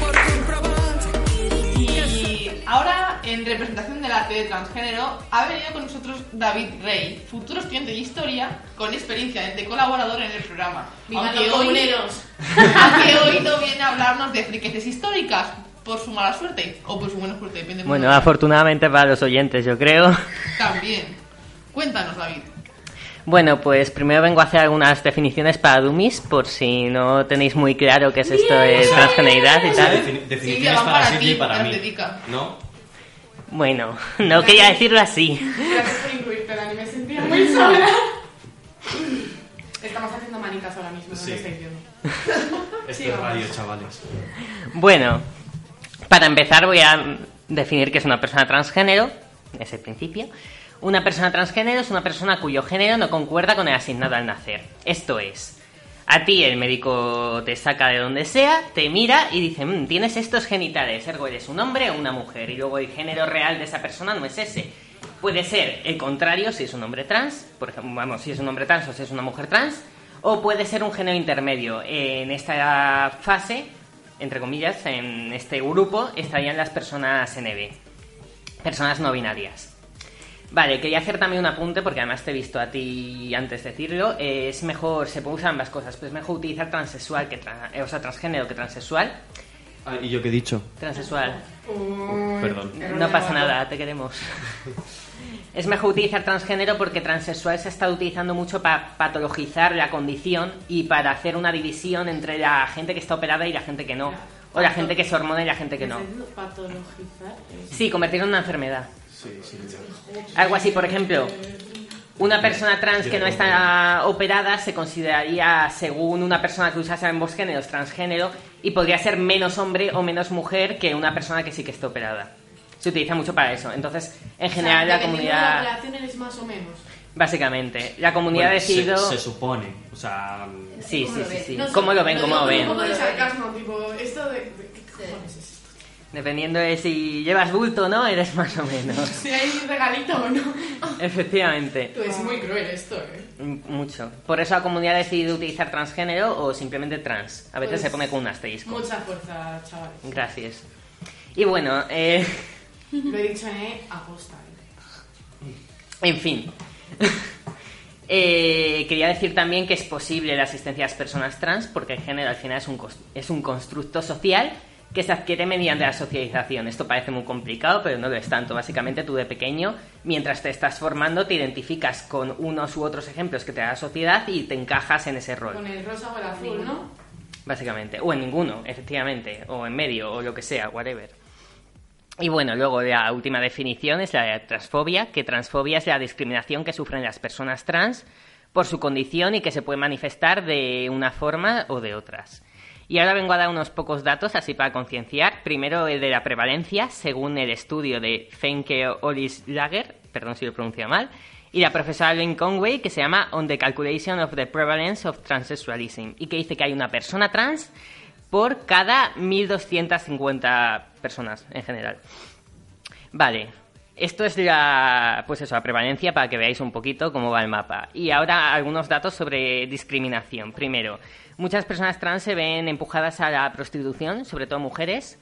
Y ahora, en representación del arte de transgénero, ha venido con nosotros David Rey, futuro estudiante de historia con experiencia de colaborador en el programa.
¡Viva
Aunque
los
hoy,
comuneros!
aunque hoy no viene a hablarnos de friqueces históricas por su mala suerte o por su buena suerte, depende del
Bueno,
momento.
afortunadamente para los oyentes, yo creo.
También. Cuéntanos, David.
Bueno, pues primero vengo a hacer algunas definiciones para dummies, por si no tenéis muy claro qué es esto de transgeneridad y tal.
Defini- definiciones
Silvia, van
para
para
Silvia
ti,
y para
para
mí.
Dedica.
¿No?
Bueno, no quería decirlo así.
Gracias por incluirte, Dani, me sentía muy sola. Estamos haciendo manitas ahora mismo, no
Sí.
lo estáis viendo.
Esto es
Sigamos.
radio, chavales.
Bueno, para empezar voy a definir qué es una persona transgénero, es el principio. Una persona transgénero es una persona cuyo género no concuerda con el asignado al nacer. Esto es, a ti el médico te saca de donde sea, te mira y dice, mmm, tienes estos genitales, ergo eres un hombre o una mujer, y luego el género real de esa persona no es ese. Puede ser el contrario si es un hombre trans, por ejemplo, vamos, si es un hombre trans o si es una mujer trans, o puede ser un género intermedio. En esta fase, entre comillas, en este grupo estarían las personas N B, personas no binarias. Vale, quería hacer también un apunte porque además te he visto a ti antes decirlo. Eh, es mejor, se puede usar ambas cosas, pero es mejor utilizar transexual que tra- eh, o sea, transgénero que transexual.
Ah, ¿y yo qué he dicho?
Transexual.
Uh, perdón.
No pasa nada, te queremos. Es mejor utilizar transgénero porque transexual se ha estado utilizando mucho para patologizar la condición y para hacer una división entre la gente que está operada y la gente que no. O la gente que se hormona y la gente que no.
Patologizar.
Sí, convertirlo en una enfermedad.
Sí, sí.
Algo así, por ejemplo, una persona trans que no está operada se consideraría, según una persona que usase ambos géneros, transgénero, y podría ser menos hombre o menos mujer que una persona que sí que está operada. Se utiliza mucho para eso. Entonces, en general,
o sea,
la comunidad...
la operación eres más o menos.
Básicamente, la comunidad
Bueno,
ha decidido...
Se, se supone, o sea...
Sí, sí, sí, sí.
No,
¿Cómo lo ven? ¿Cómo lo ven?
Un poco de sarcasmo, tipo, esto de... ¿Qué cojones es esto?
Dependiendo de si llevas bulto o no, eres más o menos.
Si hay regalito o no.
Efectivamente.
Es muy cruel esto, ¿eh?
M- Mucho. Por eso la comunidad ha decidido utilizar transgénero o simplemente trans. A veces
Pues,
se pone con un asterisco.
Mucha fuerza, chavales.
Gracias. Y bueno, eh...
Lo he dicho, ¿eh? Aposta.
en fin. Eh, quería decir también que es posible la asistencia a las personas trans porque el género al final es un, cos- es un constructo social que se adquiere mediante la socialización. Esto parece muy complicado, pero no lo es tanto. Básicamente tú de pequeño, mientras te estás formando, te identificas con unos u otros ejemplos que te da la sociedad y te encajas en ese rol.
Con el rosa o el azul, ¿no?
Básicamente. O en ninguno, efectivamente. O en medio, o lo que sea, whatever. Y bueno, luego la última definición es la de transfobia, que transfobia es la discriminación que sufren las personas trans por su condición y que se puede manifestar de una forma o de otras. Y ahora vengo a dar unos pocos datos así para concienciar. Primero el de la prevalencia, según el estudio de Fenke Olis-Lager, perdón si lo pronuncio mal, y la profesora Lynn Conway, que se llama On the Calculation of the Prevalence of Transsexualism, y que dice que hay una persona trans por cada mil doscientas cincuenta personas en general. Vale, esto es la, pues eso, la prevalencia para que veáis un poquito cómo va el mapa. Y ahora algunos datos sobre discriminación. Primero, muchas personas trans se ven empujadas a la prostitución, sobre todo mujeres,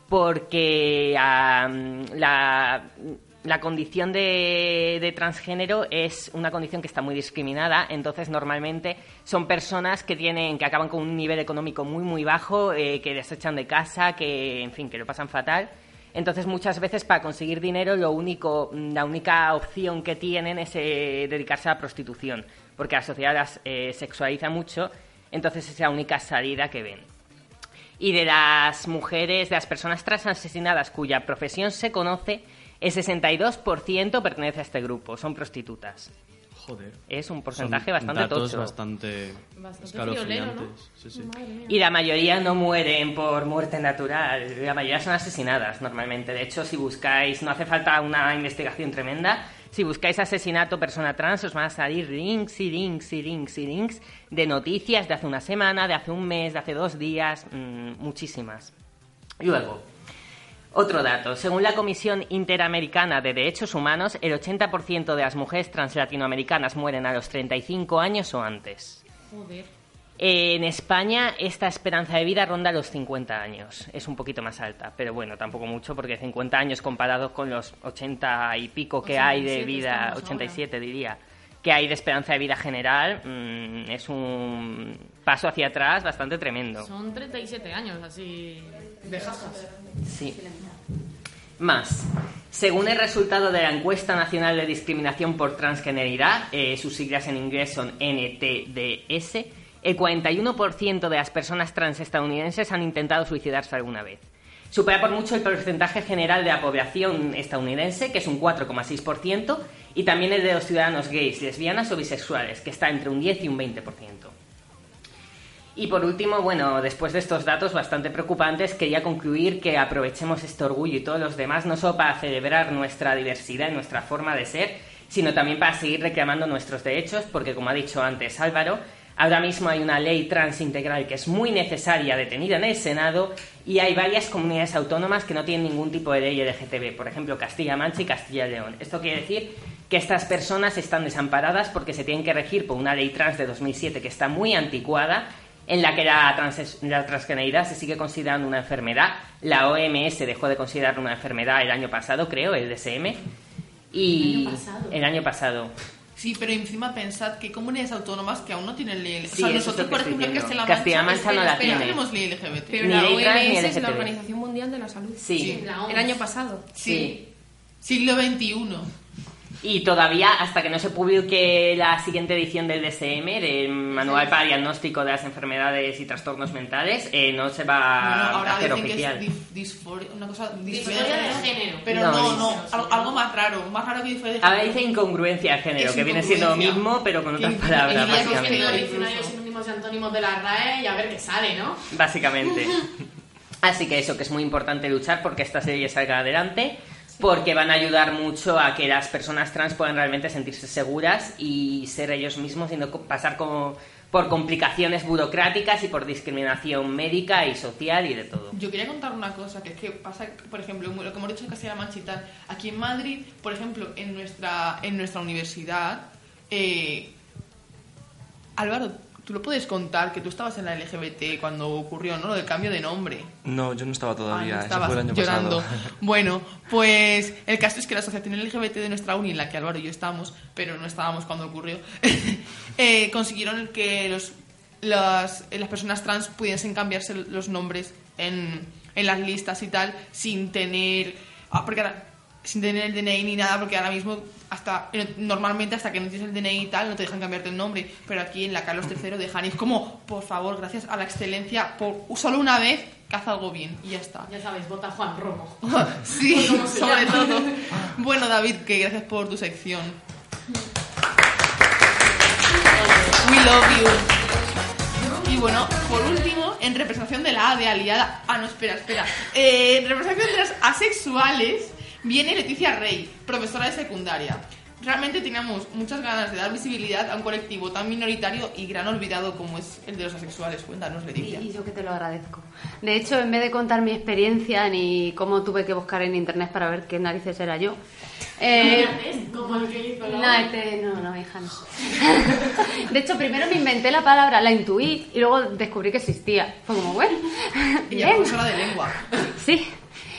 porque um, la, la condición de, de transgénero es una condición que está muy discriminada. Entonces normalmente son personas que tienen que acaban con un nivel económico muy muy bajo, eh, que les echan de casa, que en fin, que lo pasan fatal. Entonces muchas veces para conseguir dinero lo único, la única opción que tienen es eh, dedicarse a la prostitución, porque la sociedad las eh, sexualiza mucho, entonces es la única salida que ven. Y de las mujeres, de las personas trans asesinadas cuya profesión se conoce, el sesenta y dos por ciento pertenece a este grupo, son prostitutas.
Joder.
Es un porcentaje
Son
bastante
datos
tocho.
bastante,
Bastante
escalofriantes.
violero, ¿no?
Sí, sí.
Madre mía.
Y la mayoría no mueren por muerte natural, la mayoría son asesinadas normalmente. De hecho, si buscáis, no hace falta una investigación tremenda, si buscáis asesinato persona trans os van a salir links y links y links y links de noticias de hace una semana, de hace un mes, de hace dos días, mmm, muchísimas. Luego, otro dato. Según la Comisión Interamericana de Derechos Humanos, el ochenta por ciento de las mujeres trans latinoamericanas mueren a los treinta y cinco años o antes.
Joder.
En España esta esperanza de vida ronda los cincuenta años. Es un poquito más alta, pero bueno, tampoco mucho, porque cincuenta años comparados con los ochenta y pico que hay de vida, ochenta y siete diría, que hay de esperanza de vida general, mmm, es un paso hacia atrás bastante tremendo.
Son treinta y siete años, así de jajas.
Sí. Más. Según el resultado de la Encuesta Nacional de Discriminación por Transgeneridad, eh, sus siglas en inglés son N T D S, el cuarenta y uno por ciento de las personas trans estadounidenses han intentado suicidarse alguna vez. Supera por mucho el porcentaje general de la población estadounidense, que es un cuatro coma seis por ciento, y también el de los ciudadanos gays, lesbianas o bisexuales, que está entre un diez y un veinte por ciento. Y por último, bueno, después de estos datos bastante preocupantes, quería concluir que aprovechemos este orgullo y todos los demás no solo para celebrar nuestra diversidad y nuestra forma de ser, sino también para seguir reclamando nuestros derechos, porque como ha dicho antes Álvaro, ahora mismo hay una ley trans integral que es muy necesaria, detenida en el Senado, y hay varias comunidades autónomas que no tienen ningún tipo de ley L G T B, por ejemplo Castilla-La Mancha y Castilla y León. Esto quiere decir que estas personas están desamparadas porque se tienen que regir por una ley trans de dos mil siete que está muy anticuada, en la que la, trans, la transgeneridad se sigue considerando una enfermedad. La O M S dejó de considerarla una enfermedad el año pasado, creo, el D S M. Y
¿El año pasado?
El año pasado.
Sí, pero encima pensad que hay comunidades autónomas que aún no tienen ley L G B T.
Sí,
o sea,
eso es
nosotros,
lo que
por
estoy
ejemplo, en
viendo.
Castilla-La
Castilla-La Mancha no la
espera,
tiene.
tenemos ley L G B T.
Pero
Ni
la
ley
O
trans ni
M S es
L G
la
T B.
Organización Mundial de la Salud.
Sí.
Sí.
La O M S. El año pasado.
Sí. Siglo veintiuno.
Y todavía, hasta que no se publique la siguiente edición del D S M, del Manual para Diagnóstico de las Enfermedades y Trastornos Mentales, eh, no se va
Bueno, ahora
a hacer
dicen
oficial.
que es dif- disforia, una cosa
Disforia de género.
Pero
No,
no,
dis-
no, algo, algo más raro, más raro que disforia de género.
Ahora dice incongruencia de género,
Es
que viene siendo lo
incongruencia.
mismo, pero con otras
Que-
palabras,
Y ya hemos
básicamente.
tenido diccionarios, sinónimos y antónimos de la R A E y a ver qué sale, ¿no?
Básicamente. Así que eso, que es muy importante luchar porque esta serie salga adelante, porque van a ayudar mucho a que las personas trans puedan realmente sentirse seguras y ser ellos mismos y no co- pasar como por complicaciones burocráticas y por discriminación médica y social y de todo.
Yo quería contar una cosa, que es que pasa, que, por ejemplo, lo que hemos dicho en Castilla-La Mancha y tal, aquí en Madrid, por ejemplo, en nuestra, en nuestra universidad, eh, Álvaro, tú lo puedes contar, que tú estabas en la L G B T cuando ocurrió, ¿no? Lo del cambio de nombre.
No, yo no estaba
Ah,
todavía,
no
eso
estabas
fue el año
llorando.
pasado.
Bueno, pues el caso es que la asociación L G B T de nuestra uni, en la que Álvaro y yo estamos, pero no estábamos cuando ocurrió, eh, consiguieron que los, las, las personas trans pudiesen cambiarse los nombres en, en las listas y tal, sin tener... ah, porque ahora, sin tener el D N I ni nada, porque ahora mismo hasta normalmente hasta que no tienes el D N I y tal no te dejan cambiarte el nombre, pero aquí en la Carlos tercero dejan, y es como, por favor, gracias a la excelencia, por solo una vez que haz algo bien y ya está.
Ya sabéis, vota Juan Romo.
Sí,
¿Cómo se
sobre
llama?
todo. Bueno, David, que gracias por tu sección. We love you. Y bueno, por último, en representación de la A de aliada... Ah, no, espera, espera. Eh, en representación de las asexuales viene Leticia Rey, profesora de secundaria. Realmente teníamos muchas ganas de dar visibilidad a un colectivo tan minoritario y gran olvidado como es el de los asexuales. Cuéntanos, Leticia.
Y yo que te lo agradezco. De hecho, en vez de contar mi experiencia ni cómo tuve que buscar en internet para ver qué narices era yo, eh,
Como el que hizo la
no, este, no, no, hija, no. De hecho, primero me inventé la palabra, la intuí y luego descubrí que existía. Fue como, bueno,
Ella
bien.
profesora de lengua.
Sí.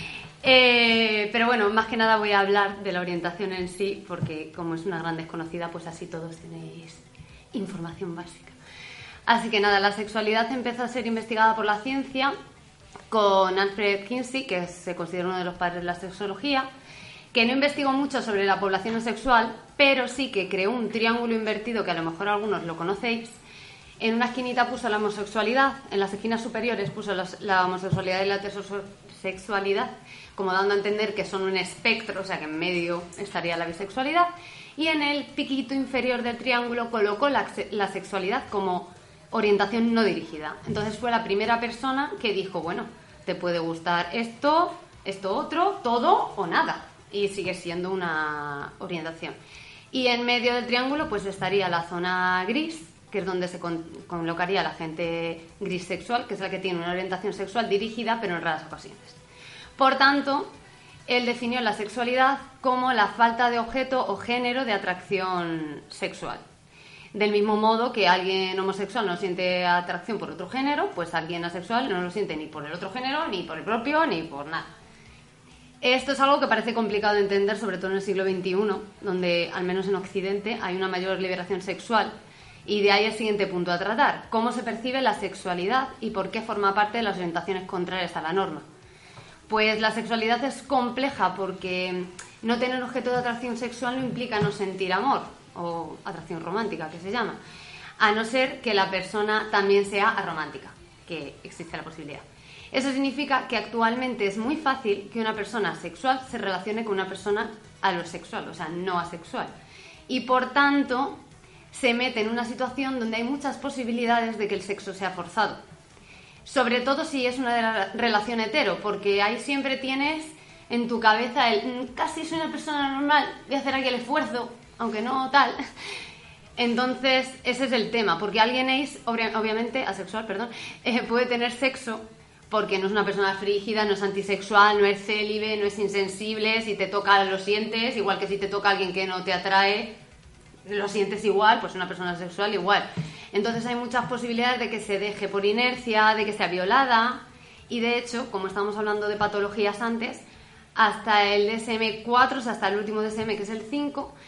Eh, pero bueno, más que nada voy a hablar de la orientación en sí, porque como es una gran desconocida, pues así todos tenéis información básica. Así que nada, la sexualidad empezó a ser investigada por la ciencia con Alfred Kinsey, que se considera uno de los padres de la sexología, que no investigó mucho sobre la población sexual, pero sí que creó un triángulo invertido, que a lo mejor algunos lo conocéis. En una esquinita puso la homosexualidad, en las esquinas superiores puso los- la homosexualidad y la heterosexualidad, como dando a entender que son un espectro, o sea que en medio estaría la bisexualidad, y en el piquito inferior del triángulo colocó la, la sexualidad como orientación no dirigida. Entonces fue la primera persona que dijo, bueno, te puede gustar esto, esto otro, todo o nada, y sigue siendo una orientación. Y en medio del triángulo pues estaría la zona gris, que es donde se con- colocaría la gente gris sexual, que es la que tiene una orientación sexual dirigida, pero en raras ocasiones. Por tanto, él definió la sexualidad como la falta de objeto o género de atracción sexual. Del mismo modo que alguien homosexual no siente atracción por otro género, pues alguien asexual no lo siente ni por el otro género, ni por el propio, ni por nada. Esto es algo que parece complicado de entender, sobre todo en el siglo veintiuno, donde, al menos en Occidente, hay una mayor liberación sexual. Y de ahí el siguiente punto a tratar: cómo se percibe la sexualidad y por qué forma parte de las orientaciones contrarias a la norma. Pues la sexualidad es compleja porque no tener objeto de atracción sexual no implica no sentir amor, o atracción romántica, que se llama, a no ser que la persona también sea aromántica, que existe la posibilidad. Eso significa que actualmente es muy fácil que una persona sexual se relacione con una persona alosexual, o sea, no asexual. Y por tanto, se mete en una situación donde hay muchas posibilidades de que el sexo sea forzado. Sobre todo si es una relación hetero, porque ahí siempre tienes en tu cabeza el casi soy una persona normal, voy a hacer aquí el esfuerzo, aunque no tal. Entonces, ese es el tema, porque alguien es, obviamente, asexual, perdón, eh, puede tener sexo porque no es una persona frígida, no es antisexual, no es célibe, no es insensible, si te toca lo sientes, igual que si te toca alguien que no te atrae, lo sientes igual, pues una persona sexual igual. Entonces hay muchas posibilidades de que se deje por inercia, de que sea violada, y de hecho, como estábamos hablando de patologías antes, hasta el D S M cuatro, o sea, hasta el último D S M, que es el cinco,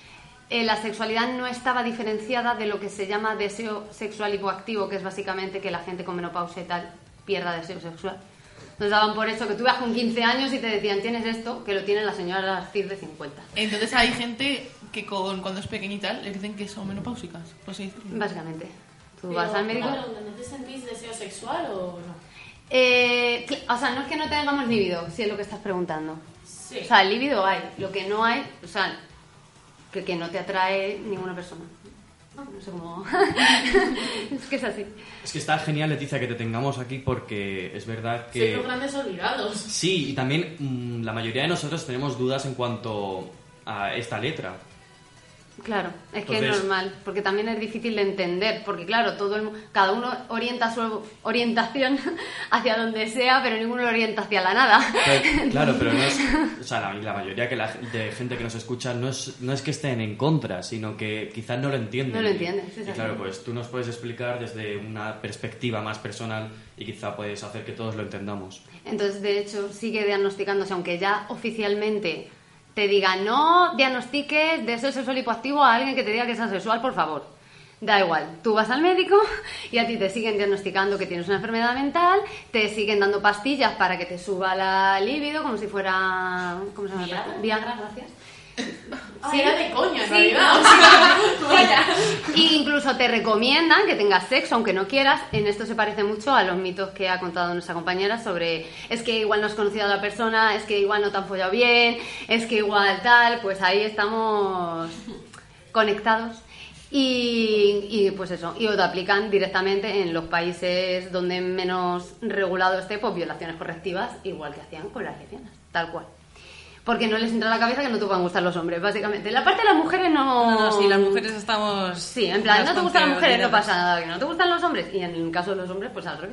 eh, la sexualidad no estaba diferenciada de lo que se llama deseo sexual hipoactivo, que es básicamente que la gente con menopausia y tal pierda deseo sexual. Nos daban por eso que tú ibas con quince años y te decían, tienes esto, que lo tienen las señoras cis de cincuenta.
Entonces hay gente que con, cuando es pequeñita le dicen que son menopáusicas. Pues sí.
Básicamente. Tú
Pero,
vas al médico...
claro, ¿no te sentís deseo sexual o no?
Eh, o sea, no es que no tengamos libido, si es lo que estás preguntando.
Sí.
O sea, libido hay. Lo que no hay, o sea, que, que no te atrae ninguna persona. No, no sé cómo... es que es así.
Es que está genial, Leticia, que te tengamos aquí porque es verdad que...
Sois los grandes olvidados.
Sí, y también mmm, la mayoría de nosotros tenemos dudas en cuanto a esta letra.
Claro, es que
Entonces...
es normal, porque también es difícil de entender, porque claro, todo el, cada uno orienta su orientación hacia donde sea, pero ninguno lo orienta hacia la nada.
Pero, claro, pero no es... O sea, la, la mayoría que la, de gente que nos escucha no es, no es que estén en contra, sino que quizás no lo entienden.
No lo entienden, sí,
y,
sí,
y claro,
sí.
pues tú nos puedes explicar desde una perspectiva más personal y quizá puedes hacer que todos lo entendamos.
Entonces, de hecho, sigue diagnosticándose, aunque ya oficialmente... te diga, no diagnostiques deseo sexual hipoactivo a alguien que te diga que es asexual, por favor. Da igual, tú vas al médico y a ti te siguen diagnosticando que tienes una enfermedad mental, te siguen dando pastillas para que te suba la libido, como si fuera... ¿Cómo se llama?
Viagra.
Viagra, gracias.
Ah, era de coña, en
sí.
realidad. Vaya.
Y incluso te recomiendan que tengas sexo, aunque no quieras. En esto se parece mucho a los mitos que ha contado nuestra compañera sobre es que igual no has conocido a la persona, es que igual no te han follado bien, es que igual tal. Pues ahí estamos conectados. Y, y pues eso, y lo aplican directamente en los países donde menos regulado esté, pues violaciones correctivas, igual que hacían con las lesbianas, tal cual. Porque no les entra en la cabeza que no te puedan gustar los hombres, básicamente. La parte de las mujeres no...
No, no, sí, las mujeres estamos...
Sí, en plan, no te gustan las mujeres, no
olvidadas.
pasa nada. Que no te gustan los hombres, y en el caso de los hombres, pues al revés.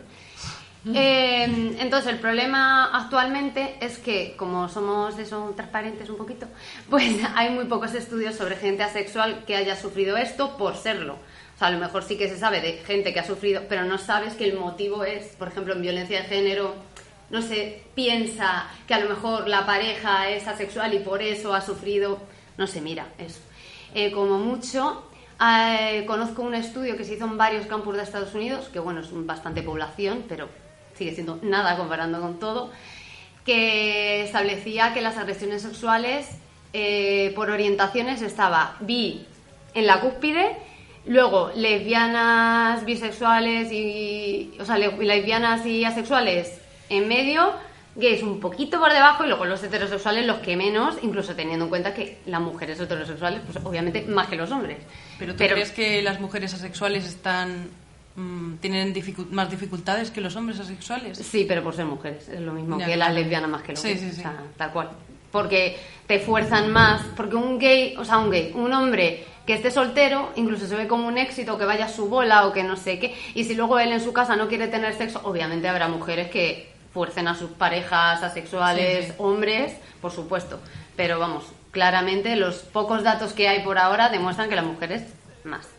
Eh, entonces, el problema actualmente es que, como somos eso, transparentes un poquito, pues hay muy pocos estudios sobre gente asexual que haya sufrido esto por serlo. O sea, a lo mejor sí que se sabe de gente que ha sufrido, pero no sabes que el motivo es, por ejemplo, en violencia de género... no se piensa que a lo mejor la pareja es asexual y por eso ha sufrido, no se mira eso. Eh, como mucho, eh, conozco un estudio que se hizo en varios campus de Estados Unidos, que bueno, es bastante población, pero sigue siendo nada comparando con todo, que establecía que las agresiones sexuales eh, por orientaciones estaba bi en la cúspide, luego lesbianas, bisexuales y, o sea, lesbianas y asexuales en medio, gays un poquito por debajo y luego los heterosexuales los que menos, incluso teniendo en cuenta que las mujeres heterosexuales, pues obviamente más que los hombres.
¿Pero tú crees que las mujeres asexuales están mmm, tienen dificu- más dificultades que los hombres asexuales?
Sí, pero por ser mujeres, es lo mismo
Ya,
que
claro.
las lesbianas más que los
Sí,
gays,
sí, sí.
o sea, tal cual. Porque te fuerzan más, porque un gay, o sea, un gay, un hombre que esté soltero, incluso se ve como un éxito, que vaya a su bola o que no sé qué, y si luego él en su casa no quiere tener sexo, obviamente habrá mujeres que fuercen a sus parejas asexuales,
Sí, sí.
hombres, por supuesto. Pero vamos, claramente los pocos datos que hay por ahora demuestran que las mujeres más.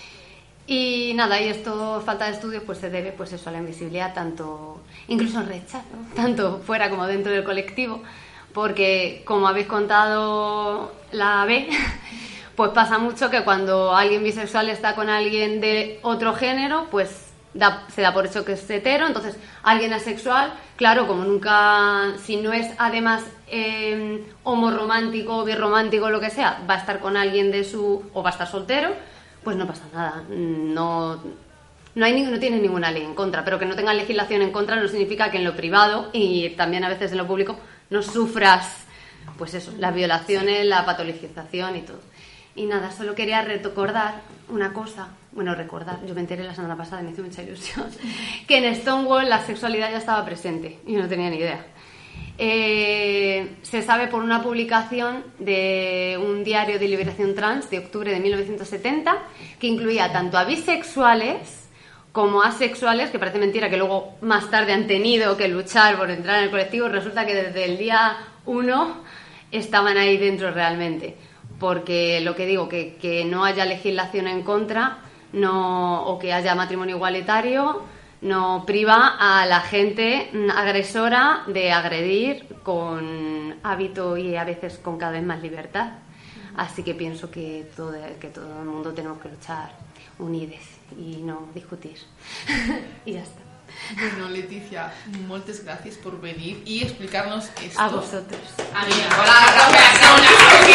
Y nada, y esto, falta de estudios, pues se debe pues eso, a la invisibilidad, tanto, incluso al rechazo, tanto fuera como dentro del colectivo, porque como habéis contado la B, pues pasa mucho que cuando alguien bisexual está con alguien de otro género, pues Da, se da por hecho que es hetero, entonces alguien asexual, claro, como nunca, si no es además eh, homorromántico o birromántico o lo que sea, va a estar con alguien de su, o va a estar soltero, pues no pasa nada, no, no, hay, no tiene ninguna ley en contra, pero que no tenga legislación en contra no significa que en lo privado y también a veces en lo público no sufras, pues eso, las violaciones, la patologización y todo. Y nada, solo quería recordar una cosa, bueno, recordar, yo me enteré la semana pasada y me hizo mucha ilusión, que en Stonewall la sexualidad ya estaba presente y no tenía ni idea. Eh, se sabe por una publicación de un diario de liberación trans de octubre de mil novecientos setenta que incluía tanto a bisexuales como asexuales, que parece mentira que luego más tarde han tenido que luchar por entrar en el colectivo, resulta que desde el día uno estaban ahí dentro realmente. Porque lo que digo, que, que no haya legislación en contra no, o que haya matrimonio igualitario no priva a la gente agresora de agredir con hábito y a veces con cada vez más libertad Así que pienso que todo, que todo el mundo tenemos que luchar unidos y no discutir. Y ya está.
Bueno, Leticia, moltes gràcies por venir y explicarnos esto.
A vosotros.
A mí, hola,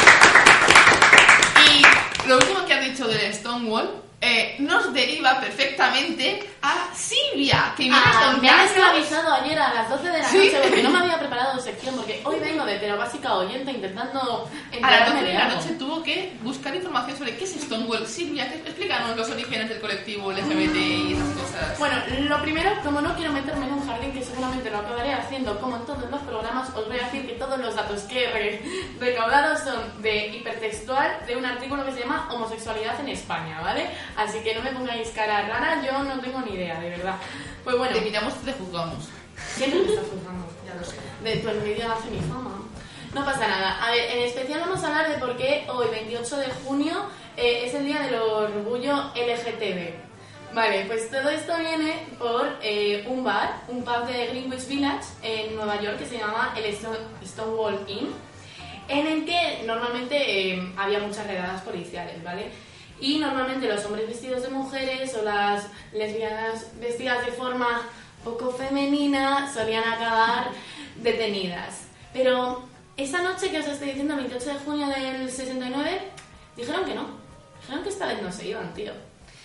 Y lo último que has dicho del Stonewall eh, nos deriva perfectamente a Silvia, que viene
Ah,
a
me han
contarnos...
esclavizado ayer a las doce de la
¿Sí?
noche porque no me había preparado sección, porque hoy vengo de Terabásica oyente intentando
A las
enterarme
doce de la
algo.
noche tuvo que buscar información sobre qué es Stonewall. Silvia, ¿qué- explícanos los orígenes del colectivo L G B T y esas cosas.
Bueno, lo primero, como no quiero meterme en un jardín que seguramente lo acabaré haciendo como en todos los programas, os voy a decir que todos los datos que he re- recaudado son de hipertextual de un artículo que se llama Homosexualidad en España, ¿vale? Así que no me pongáis cara rara, yo no tengo ni idea, de verdad. Pues bueno.
Te miramos, te juzgamos.
Siempre me estás juzgando.
Ya lo sé.
De tu envidia hace mi fama. No pasa nada. A ver, en especial vamos a hablar de por qué hoy, veintiocho de junio, eh, es el día del orgullo L G T B. Vale, pues todo esto viene por eh, un bar, un pub de Greenwich Village en Nueva York que se llama el Stone- Stonewall Inn, en el que normalmente eh, había muchas redadas policiales, ¿vale? Y normalmente los hombres vestidos de mujeres o las lesbianas vestidas de forma poco femenina solían acabar detenidas. Pero esa noche que os estoy diciendo, veintiocho de junio del sesenta y nueve, dijeron que no. Dijeron que esta vez no se iban, tío.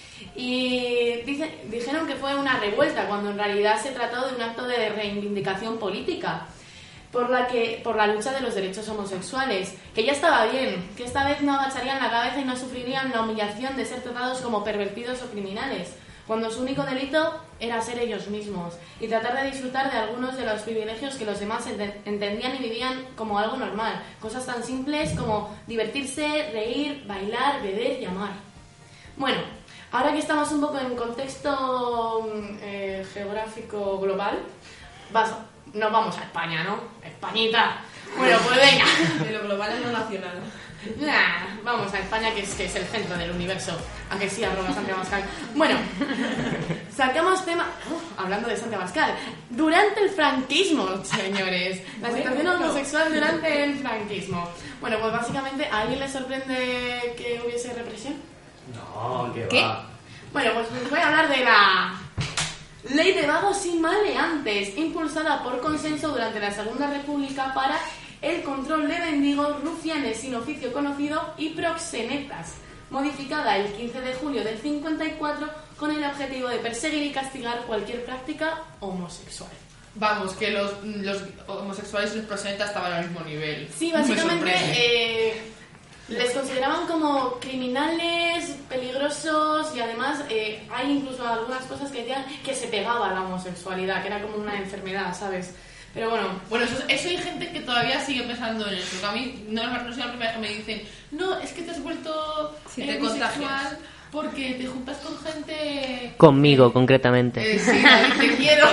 Y dice, dijeron que fue una revuelta, cuando en realidad se trató de un acto de reivindicación política por la, que, por la lucha de los derechos homosexuales, que ya estaba bien, que esta vez no agacharían la cabeza y no sufrirían la humillación de ser tratados como pervertidos o criminales, cuando su único delito era ser ellos mismos y tratar de disfrutar de algunos de los privilegios que los demás ent- entendían y vivían como algo normal, cosas tan simples como divertirse, reír, bailar, beber y amar. Bueno, ahora que estamos un poco en contexto eh, geográfico global, vas, nos vamos a España, ¿no? Españita. Bueno, pues venga.
De lo global a lo nacional.
Nah, vamos a España, que es, que es el centro del universo. ¿A que sí, arroba Santiago Abascal? Bueno, sacamos tema... Uf, hablando de Santiago Abascal. Durante el franquismo, señores. La situación
Bueno.
homosexual durante el franquismo. Bueno, pues básicamente, ¿a alguien le sorprende que hubiese represión?
No, que
¿Qué?
va.
Bueno, pues os voy a hablar de la Ley de Vagos y Maleantes, impulsada por consenso durante la Segunda República para el control de mendigos, rufianes sin oficio conocido y proxenetas, modificada el quince de julio del cincuenta y cuatro con el objetivo de perseguir y castigar cualquier práctica homosexual.
Vamos, que los, los homosexuales y los proxenetas estaban al mismo nivel.
Sí,
Me
básicamente
sorprende.
eh, les consideraban como criminales, peligrosos y además eh, hay incluso algunas cosas que decían que se pegaba a la homosexualidad, que era como una enfermedad, ¿sabes? Pero bueno,
Bueno, eso, eso hay gente que todavía sigue pensando en eso. Que a mí no, no soy la primera que me dicen, no, es que te has vuelto
Sí,
eh,
te
bisexual
contagias.
porque te juntas con gente...
Conmigo, concretamente.
Eh, sí, David, te quiero.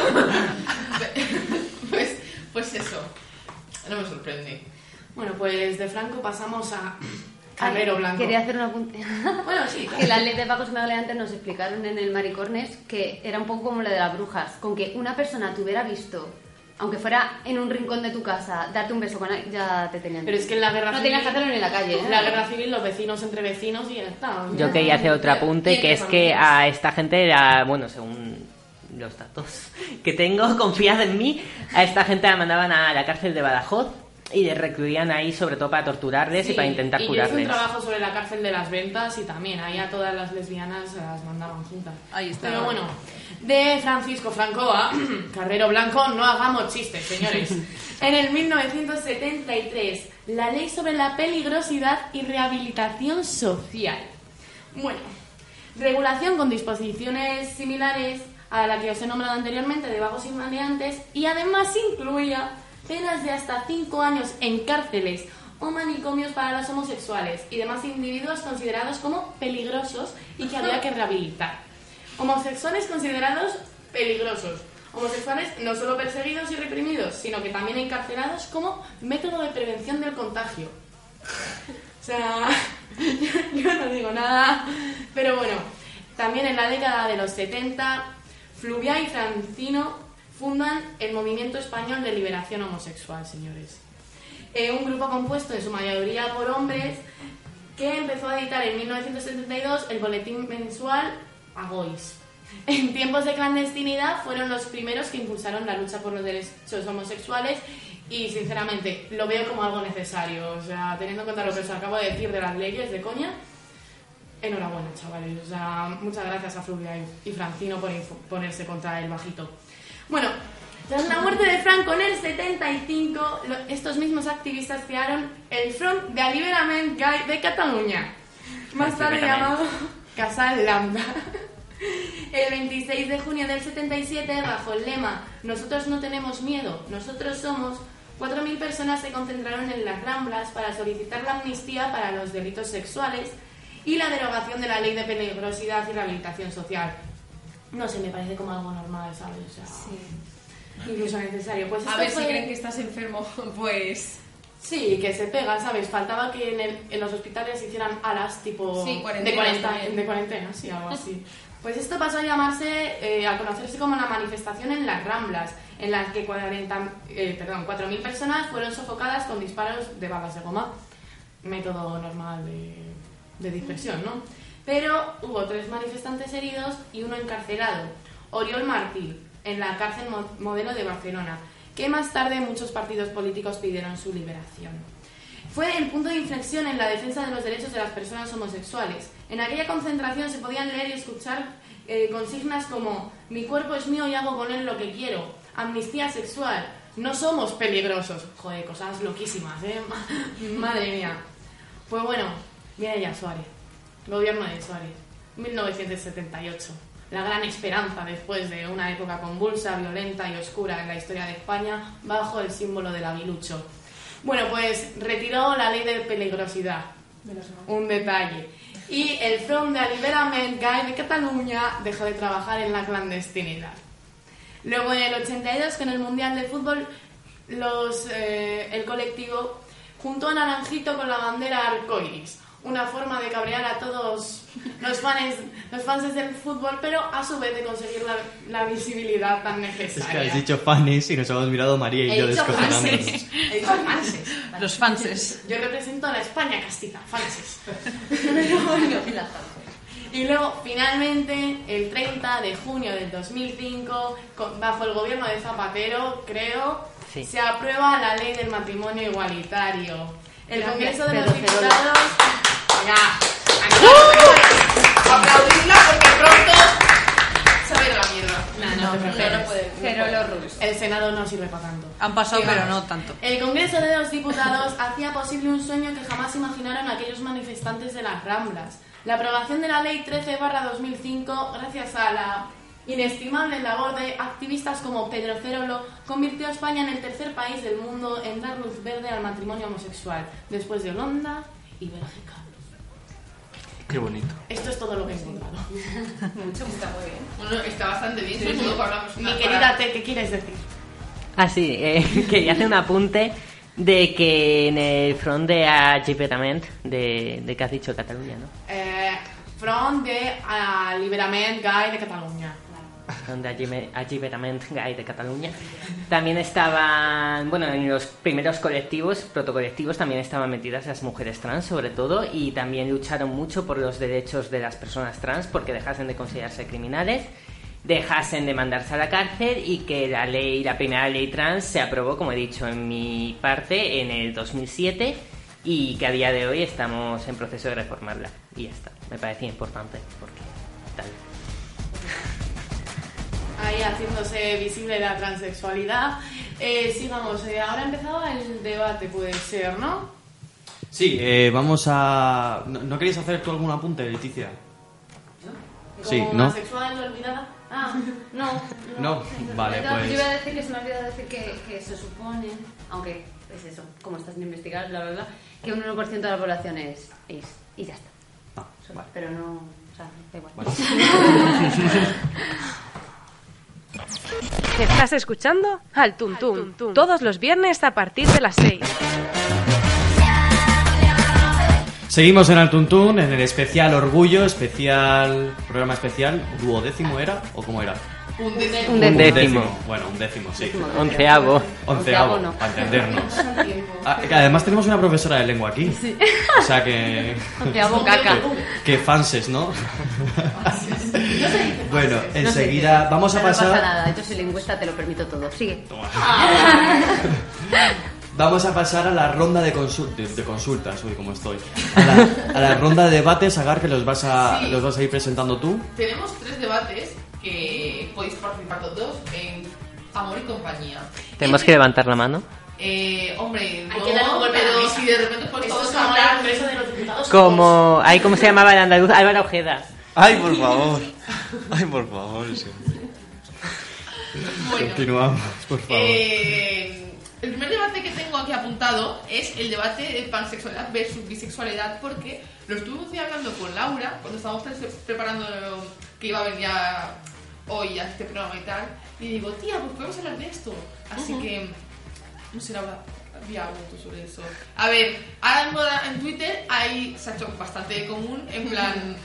pues, pues eso, no me sorprende.
bueno, pues de Franco pasamos a Carrero Blanco.
Quería hacer un apunte.
Bueno, sí, claro.
Que las leyes de vagos y maleantes nos explicaron en el Maricornes que era un poco como lo de las brujas. Con que una persona te hubiera visto, aunque fuera en un rincón de tu casa, darte un beso con él, ya te tenían.
Pero es que en la guerra
no
civil...
tenías que hacerlo ni en la calle. ¿eh?
La guerra civil, los vecinos entre vecinos y ya está.
Yo quería hacer otro apunte, que es que a esta gente era, bueno, según los datos que tengo, confiad en mí, a esta gente la mandaban a la cárcel de Badajoz y les recluían ahí sobre todo para torturarles
Sí,
y para intentar
y yo hice
curarles.
un trabajo sobre la cárcel de las ventas y también ahí a todas las lesbianas se las mandaban juntas.
Ahí está.
Pero bueno, de Francisco Franco a Carrero Blanco no hagamos chistes, señores. En el mil novecientos setenta y tres, la ley sobre la peligrosidad y rehabilitación social. Bueno, regulación con disposiciones similares a la que os he nombrado anteriormente de vagos y maleantes y además incluía penas de hasta cinco años en cárceles o manicomios para los homosexuales y demás individuos considerados como peligrosos y que había que rehabilitar. Homosexuales considerados peligrosos. Homosexuales no solo perseguidos y reprimidos, sino que también encarcelados como método de prevención del contagio. O sea, yo no digo nada, pero bueno, también en la década de los setenta, Fluviá y Francino fundan el Movimiento Español de Liberación Homosexual, señores. eh, un grupo compuesto en su mayoría por hombres que empezó a editar en mil novecientos setenta y dos el boletín mensual Agois. En tiempos de clandestinidad fueron los primeros que impulsaron la lucha por los derechos homosexuales y sinceramente lo veo como algo necesario. O sea, teniendo en cuenta lo que os acabo de decir de las leyes de coña, enhorabuena, chavales. O sea, muchas gracias a Fluvia y Francino por ponerse contra el bajito. Bueno, tras la muerte de Franco en el setenta y cinco, lo, estos mismos activistas crearon el Front de Alliberament Gai de Cataluña, más tarde llamado Casal Lambda. El veintiséis de junio del setenta y siete, bajo el lema "Nosotros no tenemos miedo, nosotros somos", cuatro mil personas se concentraron en las Ramblas para solicitar la amnistía para los delitos sexuales y la derogación de la ley de peligrosidad y rehabilitación social. No sé, me parece como algo normal, ¿sabes? O sea, sí. Incluso necesario. Pues
a ver fue... si creen que estás enfermo, pues...
Sí, que se pega, ¿sabes? Faltaba que en, el, en los hospitales hicieran alas tipo
sí,
de, cuarenta, de cuarentena, sí, algo así. Pues esto pasó a llamarse, eh, a conocerse como una manifestación en las Ramblas, en las que cuarenta, eh, perdón, cuatro mil personas fueron sofocadas con disparos de balas de goma. Método normal de, de dispersión, ¿no? Pero hubo tres manifestantes heridos y uno encarcelado, Oriol Martí, en la cárcel Modelo de Barcelona, que más tarde muchos partidos políticos pidieron su liberación. Fue el punto de inflexión en la defensa de los derechos de las personas homosexuales. En aquella concentración se podían leer y escuchar eh, consignas como "mi cuerpo es mío y hago con él lo que quiero", "amnistía sexual", "no somos peligrosos". Joder, cosas loquísimas, ¿eh? Madre mía. Pues bueno, viene ya Suárez. Gobierno de Suárez. mil novecientos setenta y ocho. La gran esperanza después de una época convulsa, violenta y oscura en la historia de España, bajo el símbolo del aguilucho. Bueno, pues retiró la ley de peligrosidad. Un detalle. Y el Front de Alliberament Gai de Cataluña dejó de trabajar en la clandestinidad. Luego, en el ochenta y dos, con el Mundial de Fútbol, los, eh, el colectivo juntó a Naranjito con la bandera arcoiris. Una forma de cabrear a todos los fans, los fans del fútbol, pero a su vez de conseguir la, la visibilidad tan necesaria.
Es que has dicho fans y nos hemos mirado María y
He
yo
dicho
descojonándonos.
fanses. He dicho fanses.
Los fanses.
Yo represento a la España castiza, fanses. Y luego, finalmente, el treinta de junio del dos mil cinco, con, bajo el gobierno de Zapatero, creo, sí, se aprueba la ley del matrimonio igualitario. El Gracias, Congreso de
Pedro
los Diputados...
Cerola.
Ya, ¡Uh! Aplaudidla porque pronto se va a ir a la mierda.
No, no, no, no, no puede. Pero los rusos.
El Senado no sirve para tanto.
Han pasado,
Digamos,
pero no tanto.
El Congreso de los Diputados hacía posible un sueño que jamás imaginaron aquellos manifestantes de las Ramblas. La aprobación de la Ley trece barra dos mil cinco, gracias a la inestimable labor de activistas como Pedro Cerolo, convirtió a España en el tercer país del mundo en dar luz verde al matrimonio homosexual, después de Holanda y Bélgica.
Qué bonito.
Esto es todo lo que he encontrado.
Mucho, está muy bien. Bueno, está bastante bien, sobre todo para hablamos.
Mi querida T, ¿qué quieres decir?
Ah, sí, eh, quería hacer un apunte de que en el Front de Alliberament, de, de que has dicho Cataluña, ¿no?
Eh, Front de Alliberament Gai de Cataluña.
Front de Alliberament Gai de Cataluña. También estaban, bueno, en los primeros colectivos, protocolectivos, también estaban metidas las mujeres trans, sobre todo, y también lucharon mucho por los derechos de las personas trans, porque dejasen de considerarse criminales, dejasen de mandarse a la cárcel y que la ley, la primera ley trans se aprobó, como he dicho en mi parte, en el dos mil siete y que a día de hoy estamos en proceso de reformarla. Y ya está, me parecía importante porque tal.
Ahí haciéndose visible la transexualidad. Eh, sigamos, eh, ahora empezaba el debate, puede ser, ¿no?
Sí, eh, vamos a... ¿No, ¿No queréis hacer tú algún apunte, Leticia?
¿Como
Sí, ¿no?
asexual olvidada?
Ah, no.
No, vale,
Yo
pues...
iba a decir que se me ha olvidado decir que, que se supone, aunque es eso, como estás sin investigar, bla, bla, bla, que un uno por ciento de la población es, es y ya está.
Ah, vale.
Pero no, o sea, da igual.
Vale.
¿Estás escuchando? Al Tuntún. Todos los viernes a partir de las seis.
Seguimos en el Tuntún, en el especial Orgullo, especial... programa especial, duodécimo era, ¿o cómo era?
Un décimo.
Un décimo.
Bueno, un décimo, sí.
Onceavo.
Onceavo,
no.
para entendernos. Ah, que además tenemos una profesora de lengua aquí.
Sí.
O sea que...
Onceavo caca.
Que fanses, ¿no? Bueno, enseguida vamos a
Pero
pasar...
No pasa nada, yo soy lingüista, te lo permito todo. Sigue.
Vamos a pasar a la ronda de, consul- de, de consultas, uy, cómo estoy. A la, a la ronda de debates, Agar, que los vas a,
Sí.
los vas a ir presentando tú.
Tenemos tres debates que podéis participar todos en Amor y Compañía.
Tenemos que levantar la mano.
Eh, hombre,
Hay
no,
que dar un golpe a la
pero
mesa.
si de repente pues
Esto
todos
es como
hablar...
el Congreso de los Diputados.
Como... Ay, ¿cómo se llamaba el andaluz? Álvaro Ojeda.
Ay, por favor. Ay, por favor, sí.
Bueno,
Continuamos, por favor.
eh, el primer debate que tengo aquí apuntado es el debate de pansexualidad versus bisexualidad, porque lo estuve un día hablando con Laura cuando estábamos pre- preparando que iba a venir a- hoy a este programa y tal, y digo, tía, pues podemos hablar de esto. Así
Ujú.
que, no sé, Laura, había algo tú sobre eso. A ver, ahora mismo en Twitter hay, se ha hecho bastante común, en plan,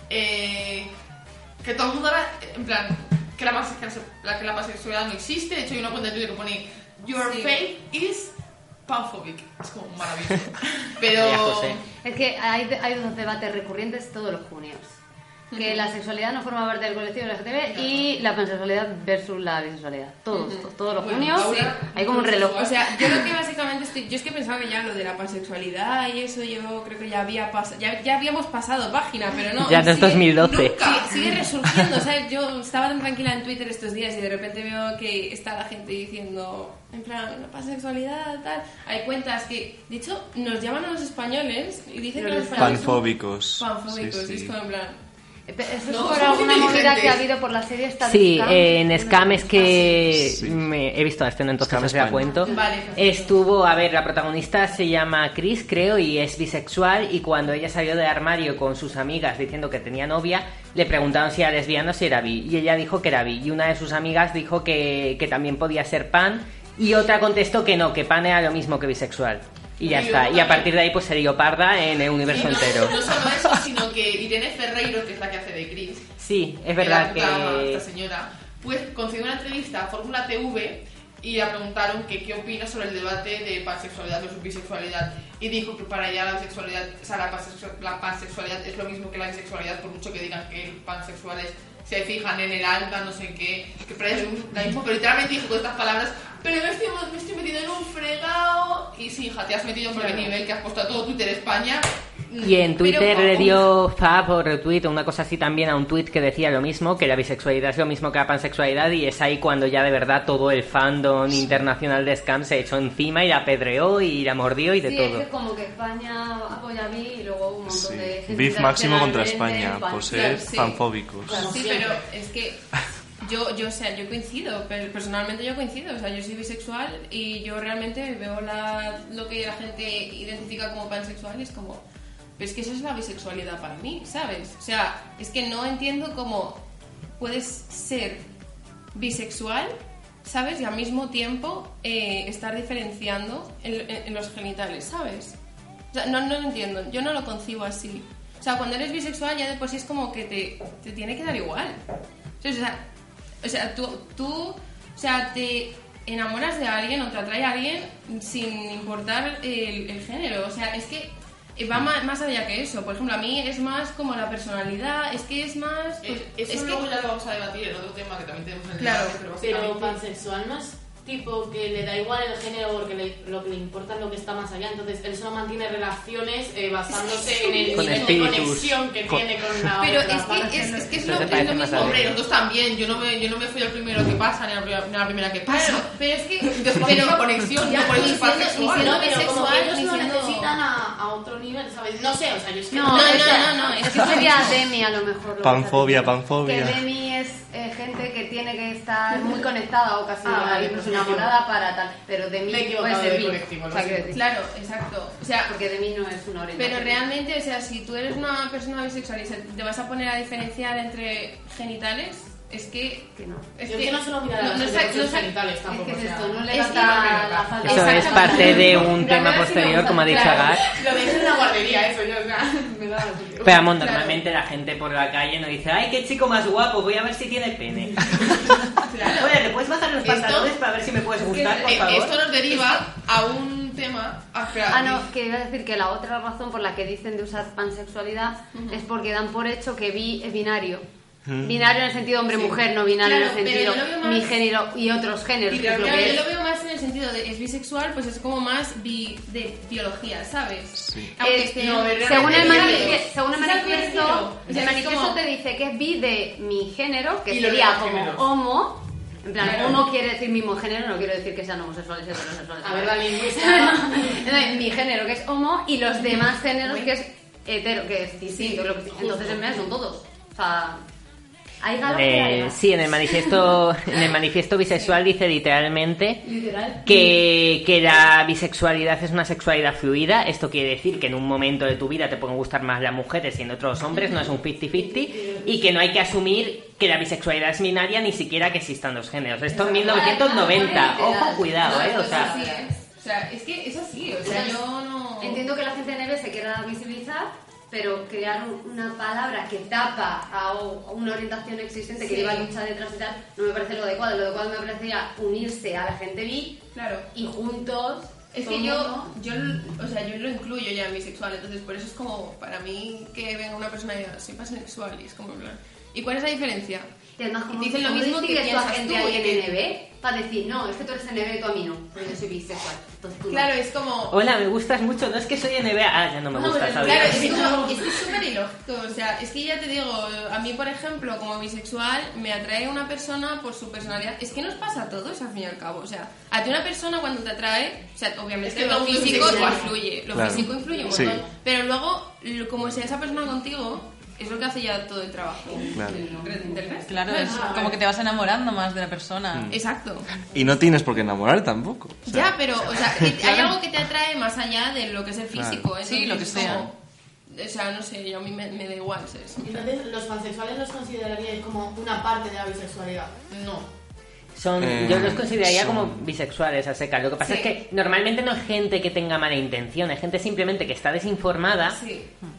eh, que todo el mundo ahora, en plan, que la, pans- que la, que la pansexualidad no existe. De hecho hay una cuenta de Twitter que pone Your
Sí.
faith is panphobic. Es como maravilloso.
Ya,
Pero...
José.
Es que hay, hay dos debates recurrentes todos los junios. Que
Ujú.
la sexualidad no forma parte del colectivo L G T B y la pansexualidad versus la bisexualidad. Todos,
Ujú.
to- todos los
Bueno,
junios.
Laura,
Hay como un reloj.
O sea, yo lo que básicamente estoy... Yo es que pensaba que ya lo de la pansexualidad y eso yo creo que ya había pasado... Ya, ya habíamos pasado página, pero no...
Ya no es
sigue-
dos mil doce.
Sí, sigue resurgiendo, ¿sabes? Yo estaba tan tranquila en Twitter estos días y de repente veo que está la gente diciendo... En plan, la pansexualidad, tal... Hay cuentas que... De hecho, nos llaman a los españoles y dicen que los españoles son
Panfóbicos.
panfóbicos.
Sí,
Y es
sí.
como en plan...
Eso es
No,
por
somos
alguna movida
inteligentes.
que ha habido por la serie esta de
Sí,
Scam.
eh, en Scam es que
Sí.
me he visto la escena, entonces
Scam
os la
España.
cuento.
Vale.
Estuvo, a ver, la protagonista se llama Chris, creo, y es bisexual, y cuando ella salió del armario con sus amigas diciendo que tenía novia, le preguntaron si era lesbiana o si era bi, y ella dijo que era bi, y una de sus amigas dijo que, que también podía ser pan, y otra contestó que no, que pan era lo mismo que bisexual. Y ya
Y
está,
luego
y a
también-
partir de ahí pues se dio parda en el
Y
universo
no,
entero.
no solo eso, sino que Irene Ferreiro, que es la que hace de Chris,
Sí, es verdad
que la-
que...
esta señora, pues concedió una entrevista a Fórmula T V y le preguntaron que qué opina sobre el debate de pansexualidad versus bisexualidad, y dijo que para ella la bisexualidad, o sea, la, pansexu- la pansexualidad es lo mismo que la bisexualidad, por mucho que digan que los pansexuales se fijan en el alma, no sé qué, que para ella es lo mismo, pero literalmente dijo con estas palabras, pero me estoy, me estoy metido en un fregado. Y sí, hija, te has metido en el nivel que has puesto a todo Twitter España.
Y en Twitter
Pero,
le dio fab o retweet o una cosa así también a un tweet que decía lo mismo, que la bisexualidad es lo mismo que la pansexualidad, y es ahí cuando ya de verdad todo el fandom internacional de Scam se echó encima y la apedreó y la mordió y de
Sí,
todo.
es que como que España apoya a mí y luego un montón
Sí.
de gente
Beef máximo contra
internacionalmente
España
pan-
por ser
Claro, sí.
panfóbicos.
Claro.
Sí,
siempre.
pero es que yo, yo, o sea, yo coincido, pero personalmente yo coincido, o sea, yo soy bisexual y yo realmente veo la, lo que la gente identifica como pansexual y es como, pero es que eso es la bisexualidad para mí, ¿sabes? O sea, es que no entiendo cómo puedes ser bisexual, ¿sabes? Y al mismo tiempo eh, estar diferenciando en, en- en los genitales, ¿sabes? O sea, no, no lo entiendo, yo no lo concibo así. O sea, cuando eres bisexual ya de por sí es como que te, te tiene que dar igual. O sea, o sea tú, tú o sea, te enamoras de alguien o te atrae a alguien sin importar el, el género. O sea, es que va más, más allá que eso. Por ejemplo, a mí es más como la personalidad, es que es más... Pues,
Eh, Eso
es que,
luego ya lo vamos a debatir en otro tema que también tenemos en el
Claro,
debate, pero
Pero
básicamente...
pansexual no es tipo que le da igual el género porque le- lo que le importa es lo que está más allá. Entonces él solo mantiene relaciones eh, basándose en el
Con
nivel de
espíritus.
conexión que
Con-
tiene con la
pero
otra
es que
parte.
es, es que es
Eso
lo,
te
es
parece
lo
más
mismo.
algo.
Hombre, nosotros también, yo no me, yo no me fui al primero que pasa, ni a la primera, ni a la primera que pasa.
Claro, pero es que...
Después hay una conexión,
ya,
no por eso
ni
es
siendo-
pansexual.
ni siendo
No, pero como
bisexual,
que ellos
ni
no
siendo-
necesitan a, a otro nivel, ¿sabes? No sé, o sea, yo es que
No,
No,
es
no,
que-
no, no, es
es
que
que sería
es-
Demi a lo mejor. lo que
Panfobia,
está diciendo.
panfobia.
Que Demi es eh, gente que tiene que estar muy conectada o casi
Ah, vale,
incluso
pues me
enamorada para tal. Pero Demi
Me he equivocado
puede ser
de
bi.
colectivo,
O
lo
sea,
siento.
quiero decir,
Claro, exacto. O sea,
porque Demi no es una orientación.
pero realmente, o sea, si tú eres una persona bisexual y se- te vas a poner a diferenciar entre genitales, Es que...
que no.
Es
Yo
que,
que no suelo mirar a la
no,
gente
no,
por
no,
sus genitales tampoco.
Es que
o sea,
esto no le
es
da
que
la falta.
Eso es parte de un tema
Claro,
posterior, como ha dicho
claro,
Agar.
Lo dejo en una guardería, eso yo, o sea, me da lo
Pero vamos, normalmente la gente por la calle no dice, ay, qué chico más guapo, voy a ver si tiene pene.
Claro.
Oye, ¿le puedes bajar los
Esto-
pantalones para ver si me puedes gustar, por
Eh,
favor?
Esto nos deriva a un tema... Ah, espera,
Ah, no, que iba a decir que la otra razón por la que dicen de usar pansexualidad
Ujú.
es porque dan por hecho que bi es binario.
Mm.
Binario en el sentido hombre-mujer, no binario
Claro,
en el
pero
sentido
yo lo veo más-
mi género y otros géneros. que es lo
Claro,
que
yo
es.
lo veo más en el sentido de es bisexual, pues es como más bi, de biología, ¿sabes?
Sí.
Aunque
Es-
esté-
no,
realmente
según el
binario.
manifiesto, según el
¿Sabes a qué me
manifiesto,
refiero? O
el
sea, es
manifiesto
como-
te dice que es bi de mi género, que
Y los
sería
demás
como
géneros.
homo. En plan,
Claro.
homo quiere decir mismo género, no quiero decir que sean homosexuales, heterosexuales.
A ver, la lingüista.
No, mi género, que es homo, y los demás géneros, que es hetero, que es distinto. lo que- entonces, en realidad son todos. O sea, hay galos que hay
Eh,
galos.
sí, en el manifiesto en el manifiesto bisexual dice literalmente
Literal.
que, que la bisexualidad es una sexualidad fluida. Esto quiere decir que en un momento de tu vida te pueden gustar más las mujeres y en otros los hombres, no es un cincuenta cincuenta, y que no hay que asumir que la bisexualidad es binaria ni siquiera que existan dos géneros. Esto en mil novecientos noventa, ojo, cuidado, eh, o sea...
Sí, es. O sea, es que es así, o sea, yo no...
Entiendo que la gente N B se quiera visibilizar, pero crear un- una palabra que tapa a, o- a una orientación existente que
Sí.
lleva lucha detrás y tal, no me parece lo adecuado. Lo adecuado me parecería unirse a la gente bi
Claro.
y juntos...
Es
todo
que
el
yo,
mundo-
yo, o sea, yo lo incluyo ya en bisexual, entonces por eso es como, para mí, que venga una persona y diga, soy pansexual, y es como, en plan, ¿y cuál es la diferencia?
Y además, como
Dicen lo
¿cómo
mismo que
distingues tú a
piensas
gente
tú,
ahí en
que-
N B para decir, no, es que tú eres N B y tú a mí no, porque yo soy bisexual. Entonces tú no.
Claro, es como...
Hola, me gustas mucho, no es que soy N B A, ah, ya no me
No,
gusta,
pero
¿sabes?
claro, es, como- es que es súper ilógico, o sea, es que ya te digo, a mí, por ejemplo, como bisexual, me atrae una persona por su personalidad. Es que nos pasa a todos, al fin y al cabo, o sea, a ti una persona cuando te atrae, o sea, obviamente
Es que todo
lo
el mundo es
físico
bisexual.
influye, lo
Claro.
físico influye un
Sí.
montón, pero luego, lo- como sea esa persona contigo, es lo que hace ya todo el trabajo.
Claro.
Del- del resto.
Claro, es
Ah,
como que te vas enamorando más de la persona.
Mm.
Exacto.
Y no tienes por qué enamorar tampoco. O sea,
Ya, pero, o sea, que hay algo que te atrae más allá de lo que es el físico.
Claro.
entonces
Sí, lo que
es
sea.
como- o sea, no sé, yo a mí me, me da igual eso.
Entonces, ¿los pansexuales los consideraríais como una parte de la bisexualidad? No.
Son,
Eh,
yo los consideraría
son-
como bisexuales a secas. Lo que pasa
Sí.
es que normalmente no es gente que tenga mala intención, es gente simplemente que está desinformada
Sí.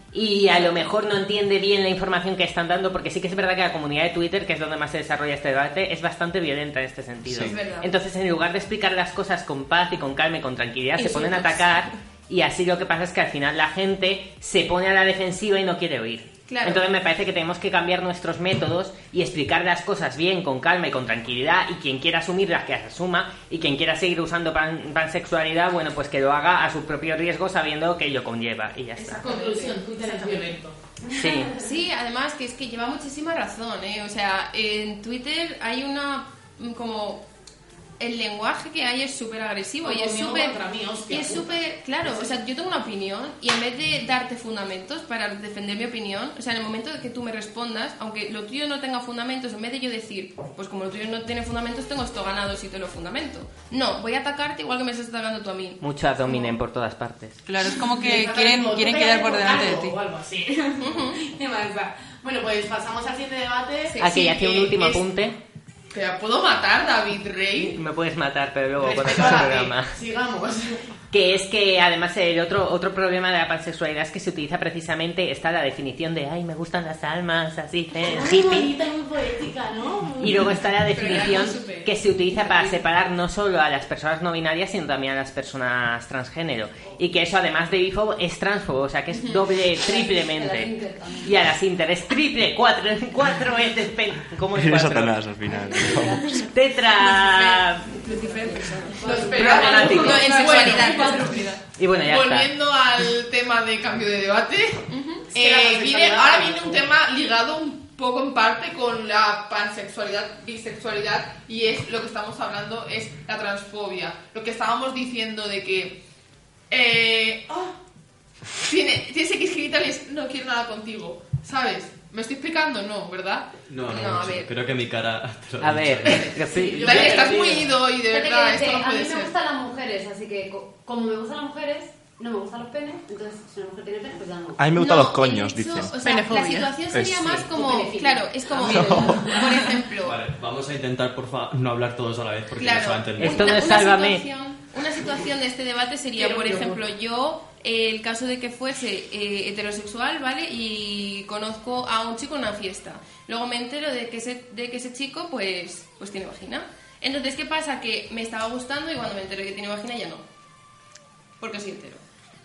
y a lo mejor no entiende bien la información que están dando, porque sí que es verdad que la comunidad de Twitter, que es donde más se desarrolla este debate, es bastante violenta en este sentido.
Sí.
Es verdad.
Entonces, en lugar de explicar las cosas con paz y con calma y con tranquilidad, se ponen a
Insultos.
atacar, y así lo que pasa es que al final la gente se pone a la defensiva y no quiere oír.
Claro.
Entonces me parece que tenemos que cambiar nuestros métodos y explicar las cosas bien, con calma y con tranquilidad, y quien quiera asumirlas, que las asuma, y quien quiera seguir usando pan, pansexualidad, bueno, pues que lo haga a su propio riesgo, sabiendo que ello conlleva, y ya está.
Conclusión, Twitter es violento.
Sí.
Sí, además que es que lleva muchísima razón, ¿eh? O sea, en Twitter hay una mm, como el lenguaje que hay es súper agresivo y es
Conmigo
súper
contra mí, hostia.
y es súper claro, o sea, yo tengo una opinión y en vez de darte fundamentos para defender mi opinión, o sea, en el momento de que tú me respondas, aunque lo tuyo no tenga fundamentos, en vez de yo decir, pues como lo tuyo no tiene fundamentos, tengo esto ganado si te lo fundamento. No, voy a atacarte igual que me estás atacando tú a mí.
Mucho abdominen por todas partes.
Claro, es como que
Les
quieren,
atacan,
quieren
"Tú
quedar
pégale
por delante de
algo",
ti.
O algo así. ¿Qué más da? Bueno, pues pasamos al siguiente debate.
Aquí ya hace un
que
último
es-
apunte.
Te puedo matar, David Rey.
Me puedes matar, pero luego con
Respeto
el
a la
programa.
ley. Sigamos.
Que es que además el otro otro problema de la pansexualidad es que se utiliza precisamente, está la definición de ay, me gustan las almas, así, eh,
Muy
hippie.
bonita, muy poética, ¿no?
Y luego está la
Pero ya
definición
no supe.
que se utiliza para separar no solo a las personas no binarias, sino también a las personas transgénero. Y que eso, además de bifo, es transfobo, o sea que es doble, triplemente. Y a las inter es triple, cuatro, cuatro veces pen... ¿Cómo es
Eres
cuatro?
Satanás al final. Vamos.
Tetra...
Lucifer, persona.
Problemático.
No, en sexualidad.
Y bueno, ya está.
Volviendo al tema de cambio de debate,
Es que la
eh,
pansexualidad
viene, ahora
también.
viene un tema ligado un poco en parte con la pansexualidad, bisexualidad, y es lo que estamos hablando, es la transfobia. Lo que estábamos diciendo de que eh, ah, tiene, tienes X genitales, no quiero nada contigo, ¿sabes? ¿Me estoy explicando? No, ¿verdad?
No, no,
No, a
no,
ver.
creo que mi cara... te lo
A
ha dicho.
ver, lo expli-
Dani, estás muy ido y de
Fíjate
verdad,
que-
esto
que
no
a mí
puede
me
ser.
gustan las mujeres, así que co- como me gustan las mujeres, no me gustan los penes, entonces si una mujer tiene pene, pues ya no.
A mí me gustan
No,
los coños,
el hecho-
dicen.
O sea, la
Penefobia.
situación sería
Es-
más
sí.
como...
Penefilia.
Claro, es como...
No.
Por ejemplo...
Vale, vamos a intentar, por favor, no hablar todos a la vez porque
Claro,
no se va a entender.
Esto no
una,
es
una
Sálvame.
situación, una situación de este debate sería,
Quiero
por
un
ejemplo, yo, eh, el caso de que fuese eh, heterosexual, ¿vale? Y conozco a un chico en una fiesta. Luego me entero de que ese, de que ese chico, pues, pues tiene vagina. Entonces, ¿qué pasa? Que me estaba gustando y cuando me entero de que tiene vagina ya no. Porque soy hetero.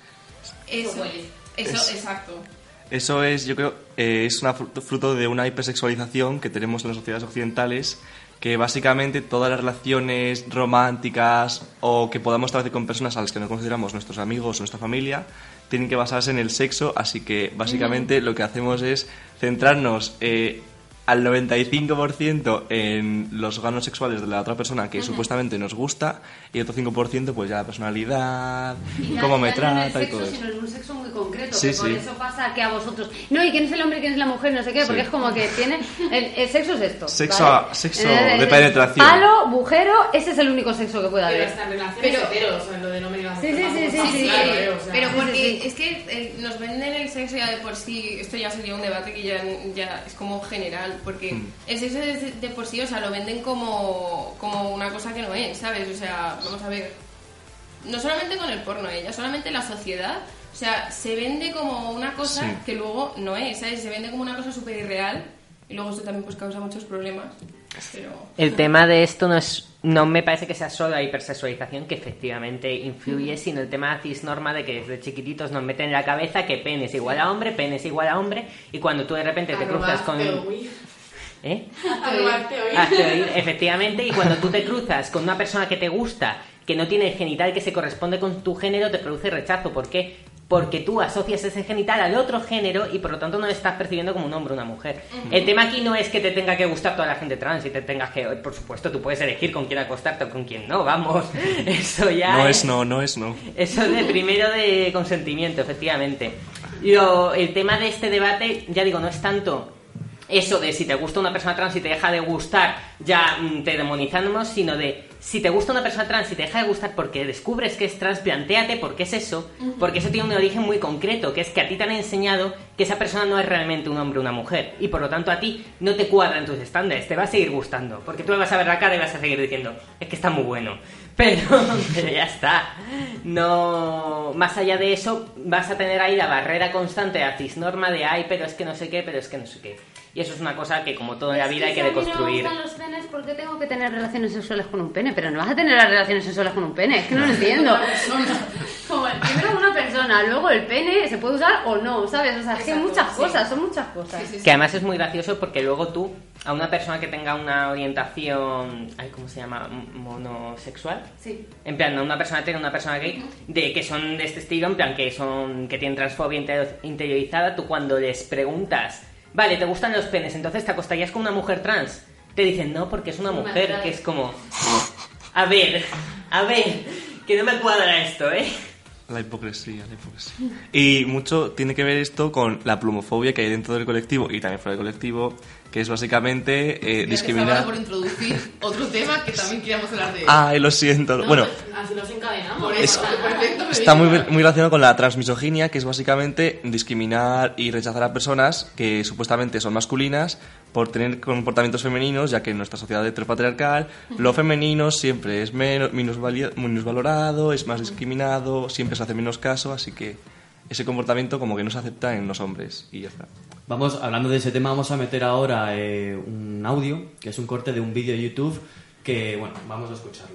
Eso, eso,
Es-
exacto.
Eso es, yo creo, eh, es una fru- fruto de una hipersexualización que tenemos en las sociedades occidentales, que básicamente todas las relaciones románticas o que podamos establecer con personas a las que no consideramos nuestros amigos o nuestra familia tienen que basarse en el sexo, así que básicamente lo que hacemos es centrarnos eh, al noventa y cinco por ciento en los órganos sexuales de la otra persona que supuestamente nos gusta y el otro cinco por ciento pues ya la personalidad,
Y
cómo me
ya no en el
trata y
sexo,
todo eso.
sino en un sexo muy concreto,
Sí,
que por
sí.
eso pasa que a vosotros, no, y quién es el hombre y quién es la mujer, no sé qué, porque
Sí.
es como que tiene, el, el sexo es esto,
Sexo
¿vale?
a- sexo
Eh,
de
eh,
penetración.
Palo, bujero, ese es el único sexo que puede
Pero
haber.
hasta en relaciones
Pero-
heteros, o en lo de no me digas
Sí, sí, sí, sí,
Sí, sí,
claro, eh, o sea,
pero
sí,
porque
sí, sí.
es que eh, nos venden el sexo ya de por sí, esto ya sería un debate que ya, ya es como general, porque
Mm.
el sexo de, de por sí, o sea, lo venden como, como una cosa que no es, ¿sabes? O sea, vamos a ver, no solamente con el porno, ella, solamente la sociedad, o sea, se vende como una cosa
Sí.
que luego no es, ¿sabes? Se vende como una cosa súper irreal y luego eso también pues causa muchos problemas, pero...
El tema de esto no es, no me parece que sea solo la hipersexualización, que efectivamente influye, sino el tema de la cisnorma de que desde chiquititos nos meten en la cabeza que pene es igual a hombre, pene es igual a hombre, y cuando tú de repente te cruzas con...
Arrobarte oír.
¿Eh?
Arrobarte oír.
Hazte oír, efectivamente, y cuando tú te cruzas con una persona que te gusta, que no tiene el genital que se corresponde con tu género, te produce rechazo. ¿Por qué? Porque tú asocias ese genital al otro género y por lo tanto no lo estás percibiendo como un hombre o una mujer.
Ujú.
El tema aquí no es que te tenga que gustar toda la gente trans y te tengas que... Por supuesto, tú puedes elegir con quién acostarte o con quién no, vamos. Eso ya
No es no, no es no.
eso de primero de consentimiento, efectivamente. Lo- el tema de este debate, ya digo, no es tanto eso de si te gusta una persona trans y te deja de gustar, ya mm, te demonizamos, sino de si te gusta una persona trans y te deja de gustar porque descubres que es trans, plantéate por qué es eso,
Ujú.
porque eso tiene un origen muy concreto, que es que a ti te han enseñado que esa persona no es realmente un hombre o una mujer, y por lo tanto a ti no te cuadran tus estándares, te va a seguir gustando, porque tú le vas a ver la cara y vas a seguir diciendo, es que está muy bueno. Pero, pero ya está. No, más allá de eso, vas a tener ahí la barrera constante de la cisnorma de ay, pero es que no sé qué, pero es que no sé qué. Y eso es una cosa que, como todo en la vida, hay que deconstruir.
Si a mí no me gustan los penes, ¿por qué tengo que tener relaciones sexuales con un pene? Pero no vas a tener las relaciones sexuales con un pene, es que no lo entiendo. Como el primero una persona, luego el pene se puede usar o no, ¿sabes? O sea, es que hay
Exacto,
muchas
sí.
cosas, son muchas cosas.
Que además es muy gracioso porque luego tú, a una persona que tenga una orientación, ay, ¿cómo se llama? M- Monosexual.
Sí.
En plan, no una persona tiene una persona gay, de que son de este estilo, en plan, que son que tienen transfobia inter- interiorizada, tú cuando les preguntas, vale, ¿te gustan los penes? Entonces te acostarías con una mujer trans. Te dicen, no, porque es una
Una
mujer,
trans.
que es como, a ver, a ver, que no me cuadra esto, ¿eh?
La hipocresía, la hipocresía. Y mucho tiene que ver esto con la plumofobia que hay dentro del colectivo y también fuera del colectivo, que es básicamente eh,
Mira, que
discriminar...
estaba por introducir otro tema que también queríamos hablar de él.
Ay, lo siento.
No,
bueno,
pues, así nos encadenamos.
Por
es-
eso, perfecto. me
está muy,
viene.
muy relacionado con la transmisoginia, que es básicamente discriminar y rechazar a personas que supuestamente son masculinas por tener comportamientos femeninos, ya que en nuestra sociedad heteropatriarcal lo femenino siempre es menos, menos, vali- menos valorado, es más discriminado, siempre se hace menos caso, así que ese comportamiento como que no se acepta en los hombres y ya está.
Vamos, hablando de ese tema, vamos a meter ahora eh, un audio, que es un corte de un vídeo de YouTube, que, bueno, vamos a escucharlo.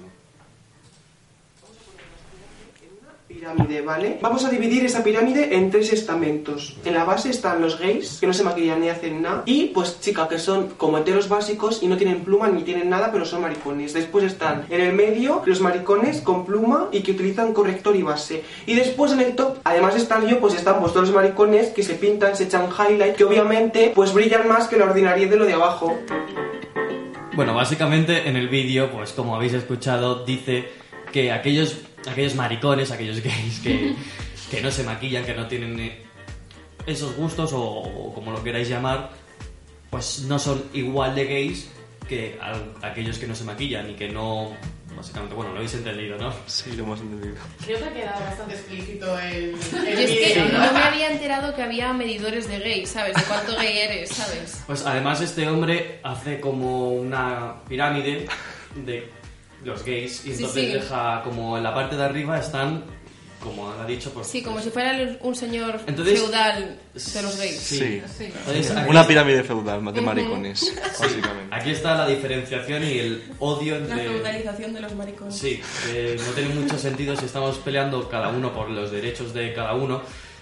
Pirámide, ¿vale? Vamos a dividir esa pirámide en tres estamentos. En la base están los gays, que no se maquillan ni hacen nada. Y, pues, chica, que son como heteros básicos y no tienen pluma ni tienen nada, pero son maricones. Después están en el medio los maricones con pluma y que utilizan corrector y base. Y después en el top, además de estar yo, pues están pues todos los maricones que se pintan, se echan highlight, que obviamente pues brillan más que la ordinariedad de lo de abajo.
Bueno, básicamente en el vídeo, pues como habéis escuchado, dice que aquellos, aquellos maricones, aquellos gays que, que no se maquillan, que no tienen eh, esos gustos o, o como lo queráis llamar, pues no son igual de gays que al- aquellos que no se maquillan y que no básicamente. Bueno, lo habéis entendido, ¿no?
Sí, lo hemos entendido.
Creo que ha quedado bastante explícito el, el
Yo es que
vídeo,
no me había enterado que había medidores de gay, ¿sabes? De cuánto gay eres, ¿sabes?
Pues además este hombre hace como una pirámide de los gays y
Sí,
entonces
sí.
deja como en la parte de arriba están, como ha dicho, pues...
Sí, como si fuera el- un señor
Entonces-
feudal de los gays.
Sí.
Entonces, aquí-
Una pirámide feudal de
Ujú.
maricones,
Sí.
básicamente.
Aquí está la diferenciación y el odio
La
entre...
feudalización de los maricones.
Sí, que no tiene mucho sentido si estamos peleando cada uno por los derechos de cada uno.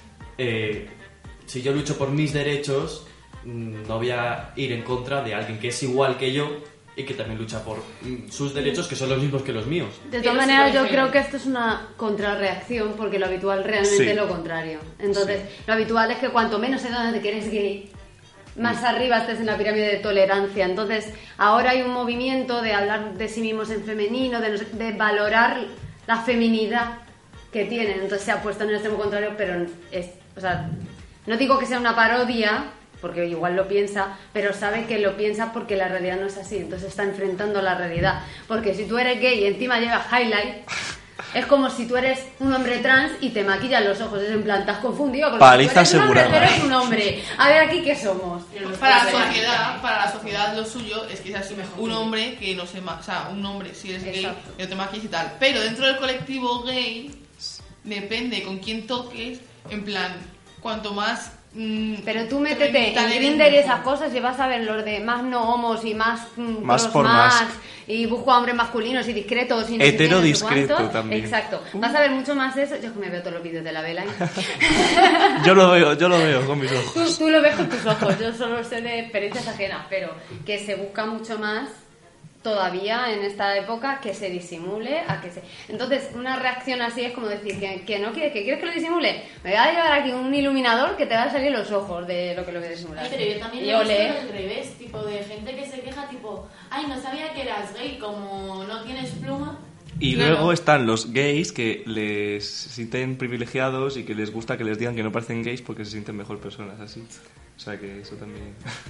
Eh, si yo lucho por mis derechos, mm, no voy a ir en contra de alguien que es igual que yo y que también lucha por mm, sus derechos, que son los mismos que los míos.
De todas maneras, yo creo que esto es una contrarreacción porque lo habitual realmente
Sí.
es lo contrario. Entonces, lo habitual es que cuanto menos se nota de que eres gay, más arriba estés en la pirámide de tolerancia. Entonces, ahora hay un movimiento de hablar de sí mismos en femenino, de, no sé- de valorar la feminidad que tienen. Entonces, se ha puesto en el extremo contrario, pero es, o sea, no digo que sea una parodia, porque igual lo piensa, pero sabe que lo piensa porque la realidad no es así, entonces está enfrentando la realidad. Porque si tú eres gay y encima llevas highlight, es como si tú eres un hombre trans y te maquillan los ojos, es en plan, estás confundido, porque
Paliza
tú eres un hombre,
asegurada.
tú eres un hombre. A ver, ¿aquí qué somos?
Para la sociedad, para la sociedad lo suyo es que seas un hombre que no se ma- o sea, un hombre si eres gay, que no te maquilles y tal. Pero dentro del colectivo gay depende con quién toques, en plan, cuanto más mm,
Pero tú métete
tal
en
eres,
Grindr y
mejor.
esas cosas y vas a ver los de más no homos y más mm,
Más
pros
por
más,
más.
y busco a hombres masculinos y discretos y no sé
Hetero
qué, no sé
discreto
cuánto.
también.
Exacto. Vas a ver mucho más eso. Yo es que me veo todos los vídeos de la vela. ¿eh?
Yo lo veo, yo lo veo con mis ojos.
Tú, tú lo ves con tus ojos, yo solo sé de experiencias ajenas, pero que se busca mucho más todavía en esta época que se disimule a que se... Entonces, una reacción así es como decir que, que no quieres, que quieres que lo disimule. Me voy a llevar aquí un iluminador que te va a salir los ojos de lo que lo voy a disimular.
Ay, pero yo también
Y
he visto
ole.
al revés, tipo de gente que se queja, tipo, ay, no sabía que eras gay, como no tienes pluma.
Y
Claro.
luego están los gays que les sienten privilegiados y que les gusta que les digan que no parecen gays porque se sienten mejor personas así. O sea que eso también...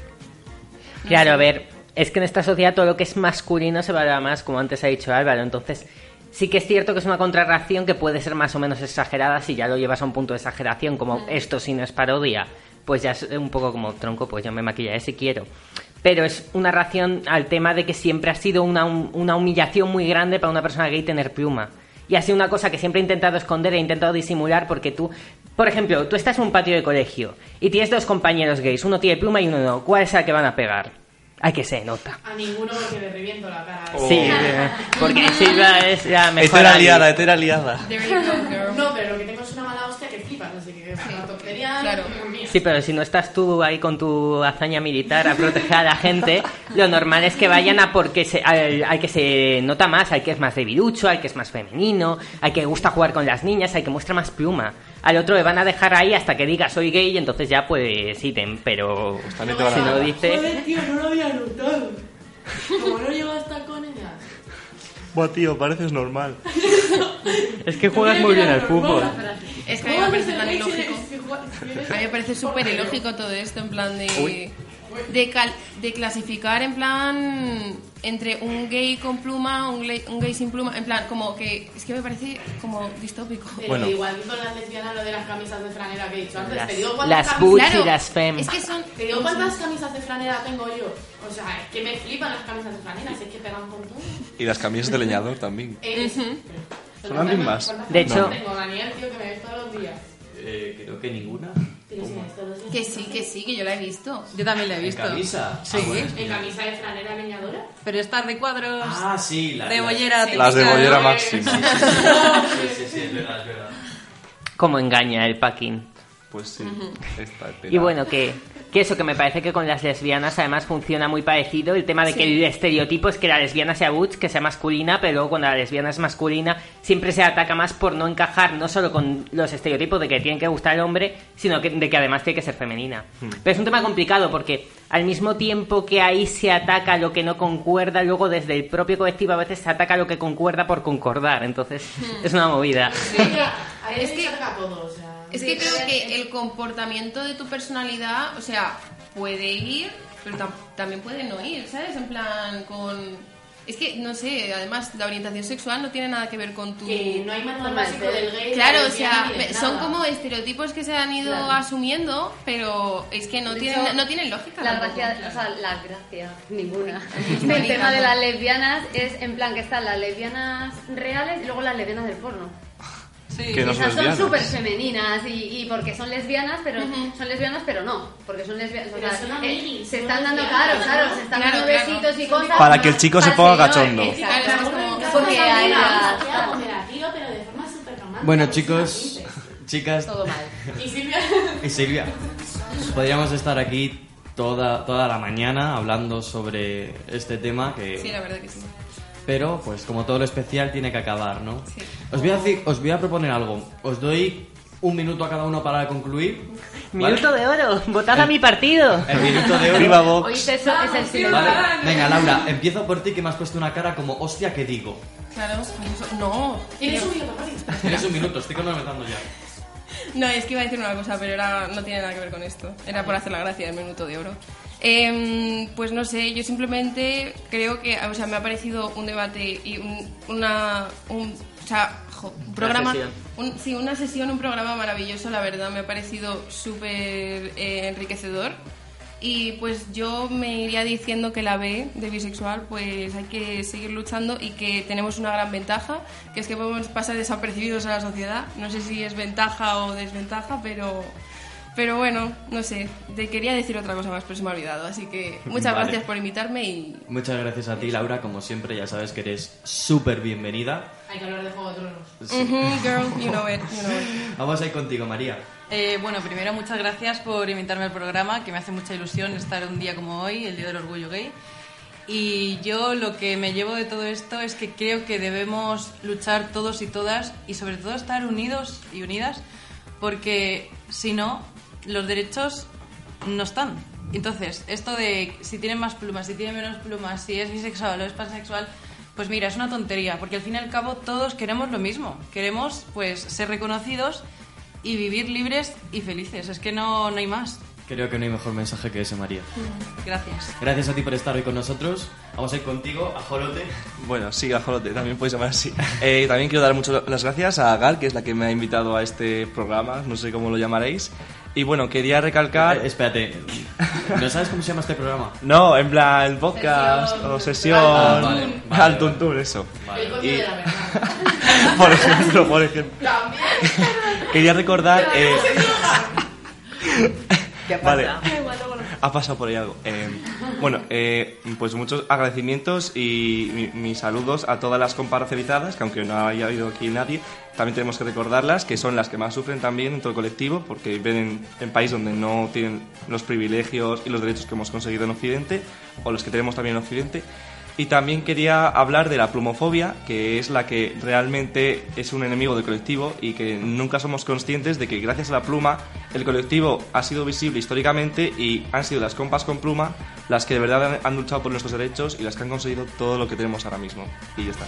Claro, a ver, es que en esta sociedad todo lo que es masculino se valora más, como antes ha dicho Álvaro, entonces sí que es cierto que es una contrarreacción que puede ser más o menos exagerada si ya lo llevas a un punto de exageración, como esto si no es parodia, pues ya es un poco como tronco, pues yo me maquillaré si quiero. Pero es una reacción al tema de que siempre ha sido una, una humillación muy grande para una persona gay tener pluma. Y ha sido una cosa que siempre he intentado esconder e he intentado disimular porque tú... Por ejemplo, tú estás en un patio de colegio y tienes dos compañeros gays, uno tiene pluma y uno no. ¿Cuál es el que van a pegar? Ay, que se nota.
A ninguno porque le reviento la cara.
Sí, eh, porque Silva es la mejor.
Hetera
ali-
liada, hetera liada.
No, pero lo que tengo es una mala hostia que flipas, así que es una tontería.
Claro.
mía.
Sí, pero si no estás tú ahí con tu hazaña militar a proteger a la gente, lo normal es que vayan a porque se, al, al que se nota más, al que es más debilucho, al que es más femenino, al que gusta jugar con las niñas, al que muestra más pluma. Al otro le van a dejar ahí hasta que diga soy gay y entonces ya pues ítem, pero si no dice...
Joder, tío, no lo había notado. Como no llevas tacones ya.
Buah, tío, pareces normal.
Es que juegas muy bien al fútbol.
Es que a mí me parece tan ilógico. A mí me parece súper ilógico todo esto, en plan de... De, cal- de clasificar en plan entre un gay con pluma, un gay, un gay sin pluma, en plan como que es que me parece como distópico.
Pero
Bueno.
igual que con las lesbianas lo de las camisas de franela que he dicho antes.
Las-
te digo cuántas
las
camisas-
butch y
Claro,
las fem.
Es que son, te digo cuántas camisas de franela tengo yo. O sea, es que me flipan las camisas de franela, es que pegan con todo.
Y las camisas de leñador también.
Eh,
Son las mismas.
¿Cuántas
De
camisas
hecho-
tengo, Daniel, tío, que me ves todos los días.
Eh, creo que ninguna.
Tienes todos los días.
Que sí, que sí, que yo la he visto.
Yo también la he
¿En
visto.
camisa?
Sí.
Ah, bueno.
¿En camisa de franela leñadora?
Pero estas de cuadros
Ah, sí, la-
de
la-
bollera
Las de
típica.
bollera máxima.
Sí, sí, sí, es verdad, es verdad.
Como engaña el packing.
Pues sí. Esta
Y bueno, que, que eso, que me parece que con las lesbianas además funciona muy parecido. El tema de que el estereotipo es que la lesbiana sea butch, que sea masculina, pero luego cuando la lesbiana es masculina siempre se ataca más por no encajar no solo con los estereotipos de que tienen que gustar al hombre, sino que, de que además tiene que ser femenina. Pero es un tema complicado porque al mismo tiempo que ahí se ataca lo que no concuerda, luego desde el propio colectivo a veces se ataca lo que concuerda por concordar. Entonces es una movida.
Ahí
Es
es
que-
que saca todo, o sea.
Es que creo que el comportamiento de tu personalidad, o sea, puede ir, pero tam- también puede no ir, ¿sabes? En plan, con... Es que, no sé, además, la orientación sexual no tiene nada que ver con tu...
Que no hay manual básico del gay.
Claro,
de
o sea,
lesbiana, ni de
son
nada.
como estereotipos que se han ido
Claro.
asumiendo, pero es que no
De
tienen,
hecho,
no tienen lógica.
La
tampoco.
gracia, o sea, la gracia, ninguna.
Ni
El tema
tanto.
de las lesbianas es en plan que están las lesbianas reales y luego las lesbianas del porno.
Sí. Que no son
Esas son
lesbianas.
súper femeninas y, y porque son lesbianas, pero son lesbianas, pero no, porque son lesbianas. O
Pero
sea,
son
eh,
amiguis,
se
son
están dando,
lesbianas,
claro, claro,
¿no?
se están
Claro,
dando
claro.
besitos y cosas.
Para que el chico se ponga cachondo.
Exacto, porque hay las...
cooperativo, pero de forma súper romántica.
Bueno, chicos, chicas
Todo mal.
Y Silvia.
y Silvia, podríamos estar aquí toda, toda la mañana hablando sobre este tema que...
Sí, la verdad que sí.
Pero, pues como todo lo especial tiene que acabar, ¿no? Os voy a decir, os voy a proponer algo. Os doy un minuto a cada uno para concluir. ¿vale?
Minuto de oro, votad a mi partido.
El minuto de oro.
Viva Vox.
Oíste eso, es el silencio.
Vale. Venga, Laura, empiezo por ti que me has puesto una cara como, hostia, ¿qué digo?
Claro, eso- no.
Tienes un minuto, Mario.
Tienes un minuto, estoy cronometrando ya.
No, es que iba a decir una cosa, pero era, no tiene nada que ver con esto. Era por hacer la gracia del minuto de oro. Em, pues no sé, yo simplemente creo que, o sea, me ha parecido un debate y un, una, un, o sea, jo, un programa,
sesión.
un- sí, una sesión, un programa maravilloso, la verdad, me ha parecido súper eh, enriquecedor. Y pues yo me iría diciendo que la B de bisexual, pues hay que seguir luchando y que tenemos una gran ventaja, que es que podemos pasar desapercibidos a la sociedad. No sé si es ventaja o desventaja, pero, pero bueno, no sé. Te quería decir otra cosa más, pero se me ha olvidado. Así que muchas
Vale.
gracias por invitarme y
Muchas gracias a ti, Laura. Como siempre, ya sabes que eres súper bienvenida.
Hay que hablar de Juego de Tronos.
Sí.
Ujú, girl, you know it, you know it.
Vamos a ir contigo, María.
Eh, bueno, primero muchas gracias por invitarme al programa, que me hace mucha ilusión estar un día como hoy, el Día del Orgullo Gay. Y yo lo que me llevo de todo esto es que creo que debemos luchar todos y todas y sobre todo estar unidos y unidas, porque si no, los derechos no están. Entonces, esto de si tienen más plumas, si tienen menos plumas, si es bisexual o es pansexual, pues mira, es una tontería, porque al fin y al cabo todos queremos lo mismo. Queremos pues ser reconocidos y vivir libres y felices. Es que no, no hay más.
Creo que no hay mejor mensaje que ese, María.
Gracias.
Gracias a ti por estar hoy con nosotros. Vamos a ir contigo, a Jorote.
Bueno, sí, Ajolote, también puedes llamar así. Eh, también quiero dar muchas las gracias a Gal, que es la que me ha invitado a este programa, no sé cómo lo llamaréis. Y bueno, quería recalcar...
Eh, espérate, ¿no sabes cómo se llama este programa?
No, en plan podcast
Sesión.
o sesión...
Ah, vale, vale,
al
vale.
tuntún, eso.
El coño
Y-
de la verdad.
por ejemplo, por ejemplo.
También.
Quería recordar... eh,
¿Qué
Vale.
pasa?
Ha pasado por ahí algo. Eh, bueno, eh, pues muchos agradecimientos y mi- mis saludos a todas las compas racializadas, que aunque no haya habido aquí nadie, también tenemos que recordarlas, que son las que más sufren también en todo el colectivo, porque viven en, en país donde no tienen los privilegios y los derechos que hemos conseguido en Occidente, o los que tenemos también en Occidente. Y también quería hablar de la plumofobia, que es la que realmente es un enemigo del colectivo y que nunca somos conscientes de que gracias a la pluma el colectivo ha sido visible históricamente y han sido las compas con pluma las que de verdad han, han luchado por nuestros derechos y las que han conseguido todo lo que tenemos ahora mismo. Y ya está.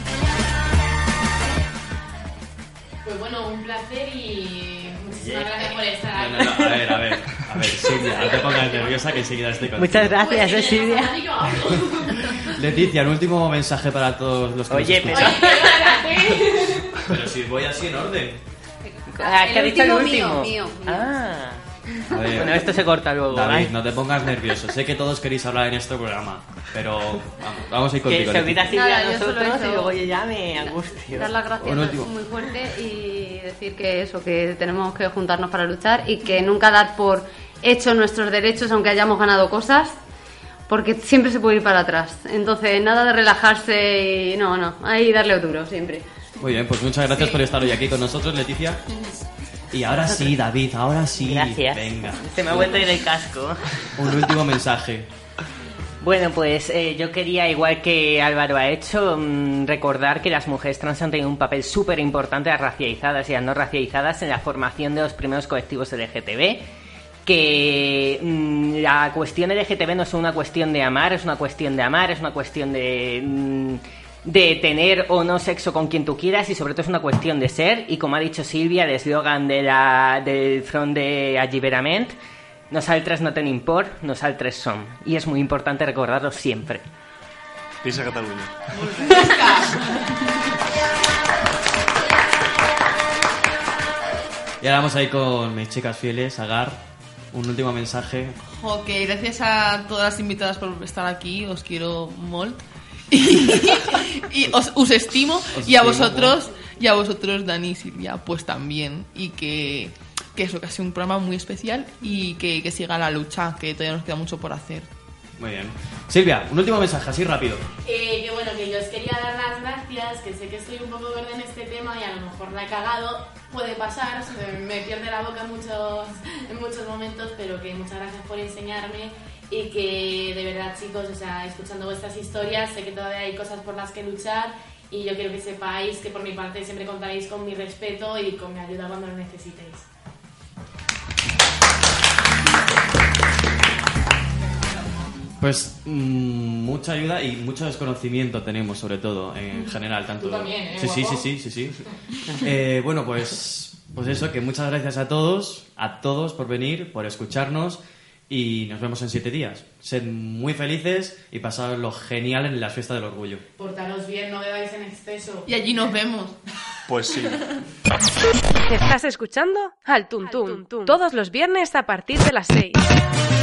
Pues bueno, un placer y muchísimas gracias por estar
No, no, no, a ver, a ver, a ver, Silvia, no te pongas nerviosa que enseguida estoy contigo.
Muchas gracias,
Pues,
eh,
si
Silvia.
me yo hablo.
Leticia, un último mensaje para todos los que
Oye,
nos
pero...
escuchan. Pero si voy así en orden.
Ah, que ha dicho el
último
último.
mío, mío, mío.
Ah.
A ver,
Bueno, esto se corta luego.
David,
¿vale?
no te pongas nervioso. Sé que todos queréis hablar en este programa, pero vamos, vamos a ir
Que
contigo.
se olvida
Leticia.
Silvia a
Nada, yo solo
nosotros
eso.
y luego yo ya me angustio.
Dar las gracias
Un último.
muy fuerte y decir que eso, que tenemos que juntarnos para luchar y que nunca dar por hecho nuestros derechos aunque hayamos ganado cosas, porque siempre se puede ir para atrás. Entonces, nada de relajarse y no, no, ahí darle duro siempre.
Muy bien, pues muchas gracias por estar hoy aquí con nosotros, Leticia. Y ahora sí, David, ahora sí.
Gracias.
Venga.
Se me ha vuelto a ir el casco.
Un último mensaje.
Bueno, pues eh, yo quería, igual que Álvaro ha hecho, mmm, recordar que las mujeres trans han tenido un papel súper importante a las racializadas y a no racializadas en la formación de los primeros colectivos L G T B. Que mmm, la cuestión L G T B no es una cuestión de amar, es una cuestión de amar, es una cuestión de... Mmm, de tener o no sexo con quien tú quieras y sobre todo es una cuestión de ser y como ha dicho Silvia, el eslogan de la, del front de Alliberament, nosaltres no tenim por, nosaltres som, y es muy importante recordarlo siempre.
Visca Catalunya.
Y ahora vamos a ir con mis chicas fieles, Agar. Un último mensaje.
Ok, gracias a todas las invitadas por estar aquí, os quiero molt. Y, y os, os estimo,
Os
y a
estimo,
vosotros, y a vosotros, Dani y Silvia, pues también. Y que, que eso, que ha sido un programa muy especial y que, que siga la lucha, que todavía nos queda mucho por hacer.
Muy bien. Silvia, un último mensaje, así rápido.
Eh, que bueno, que yo os quería dar las gracias, que sé que estoy un poco verde en este tema y a lo mejor la he cagado, puede pasar, se me, me pierde la boca en muchos, en muchos momentos, pero que muchas gracias por enseñarme y que de verdad, chicos, o sea, escuchando vuestras historias, sé que todavía hay cosas por las que luchar y yo quiero que sepáis que por mi parte siempre contaréis con mi respeto y con mi ayuda cuando lo necesitéis.
Pues mmm, mucha ayuda y mucho desconocimiento tenemos, sobre todo, en general. Tanto...
Tú también, ¿eh,
Sí, sí,
guapo?
sí, sí, sí, sí. eh, bueno, pues, pues eso, que muchas gracias a todos, a todos por venir, por escucharnos y nos vemos en siete días. Sed muy felices y pasadlo genial en la fiesta del orgullo.
Portaros bien, no bebáis en exceso.
Y allí nos vemos.
Pues sí.
¿Estás escuchando? Al Tuntún. Todos los viernes a partir de las seis.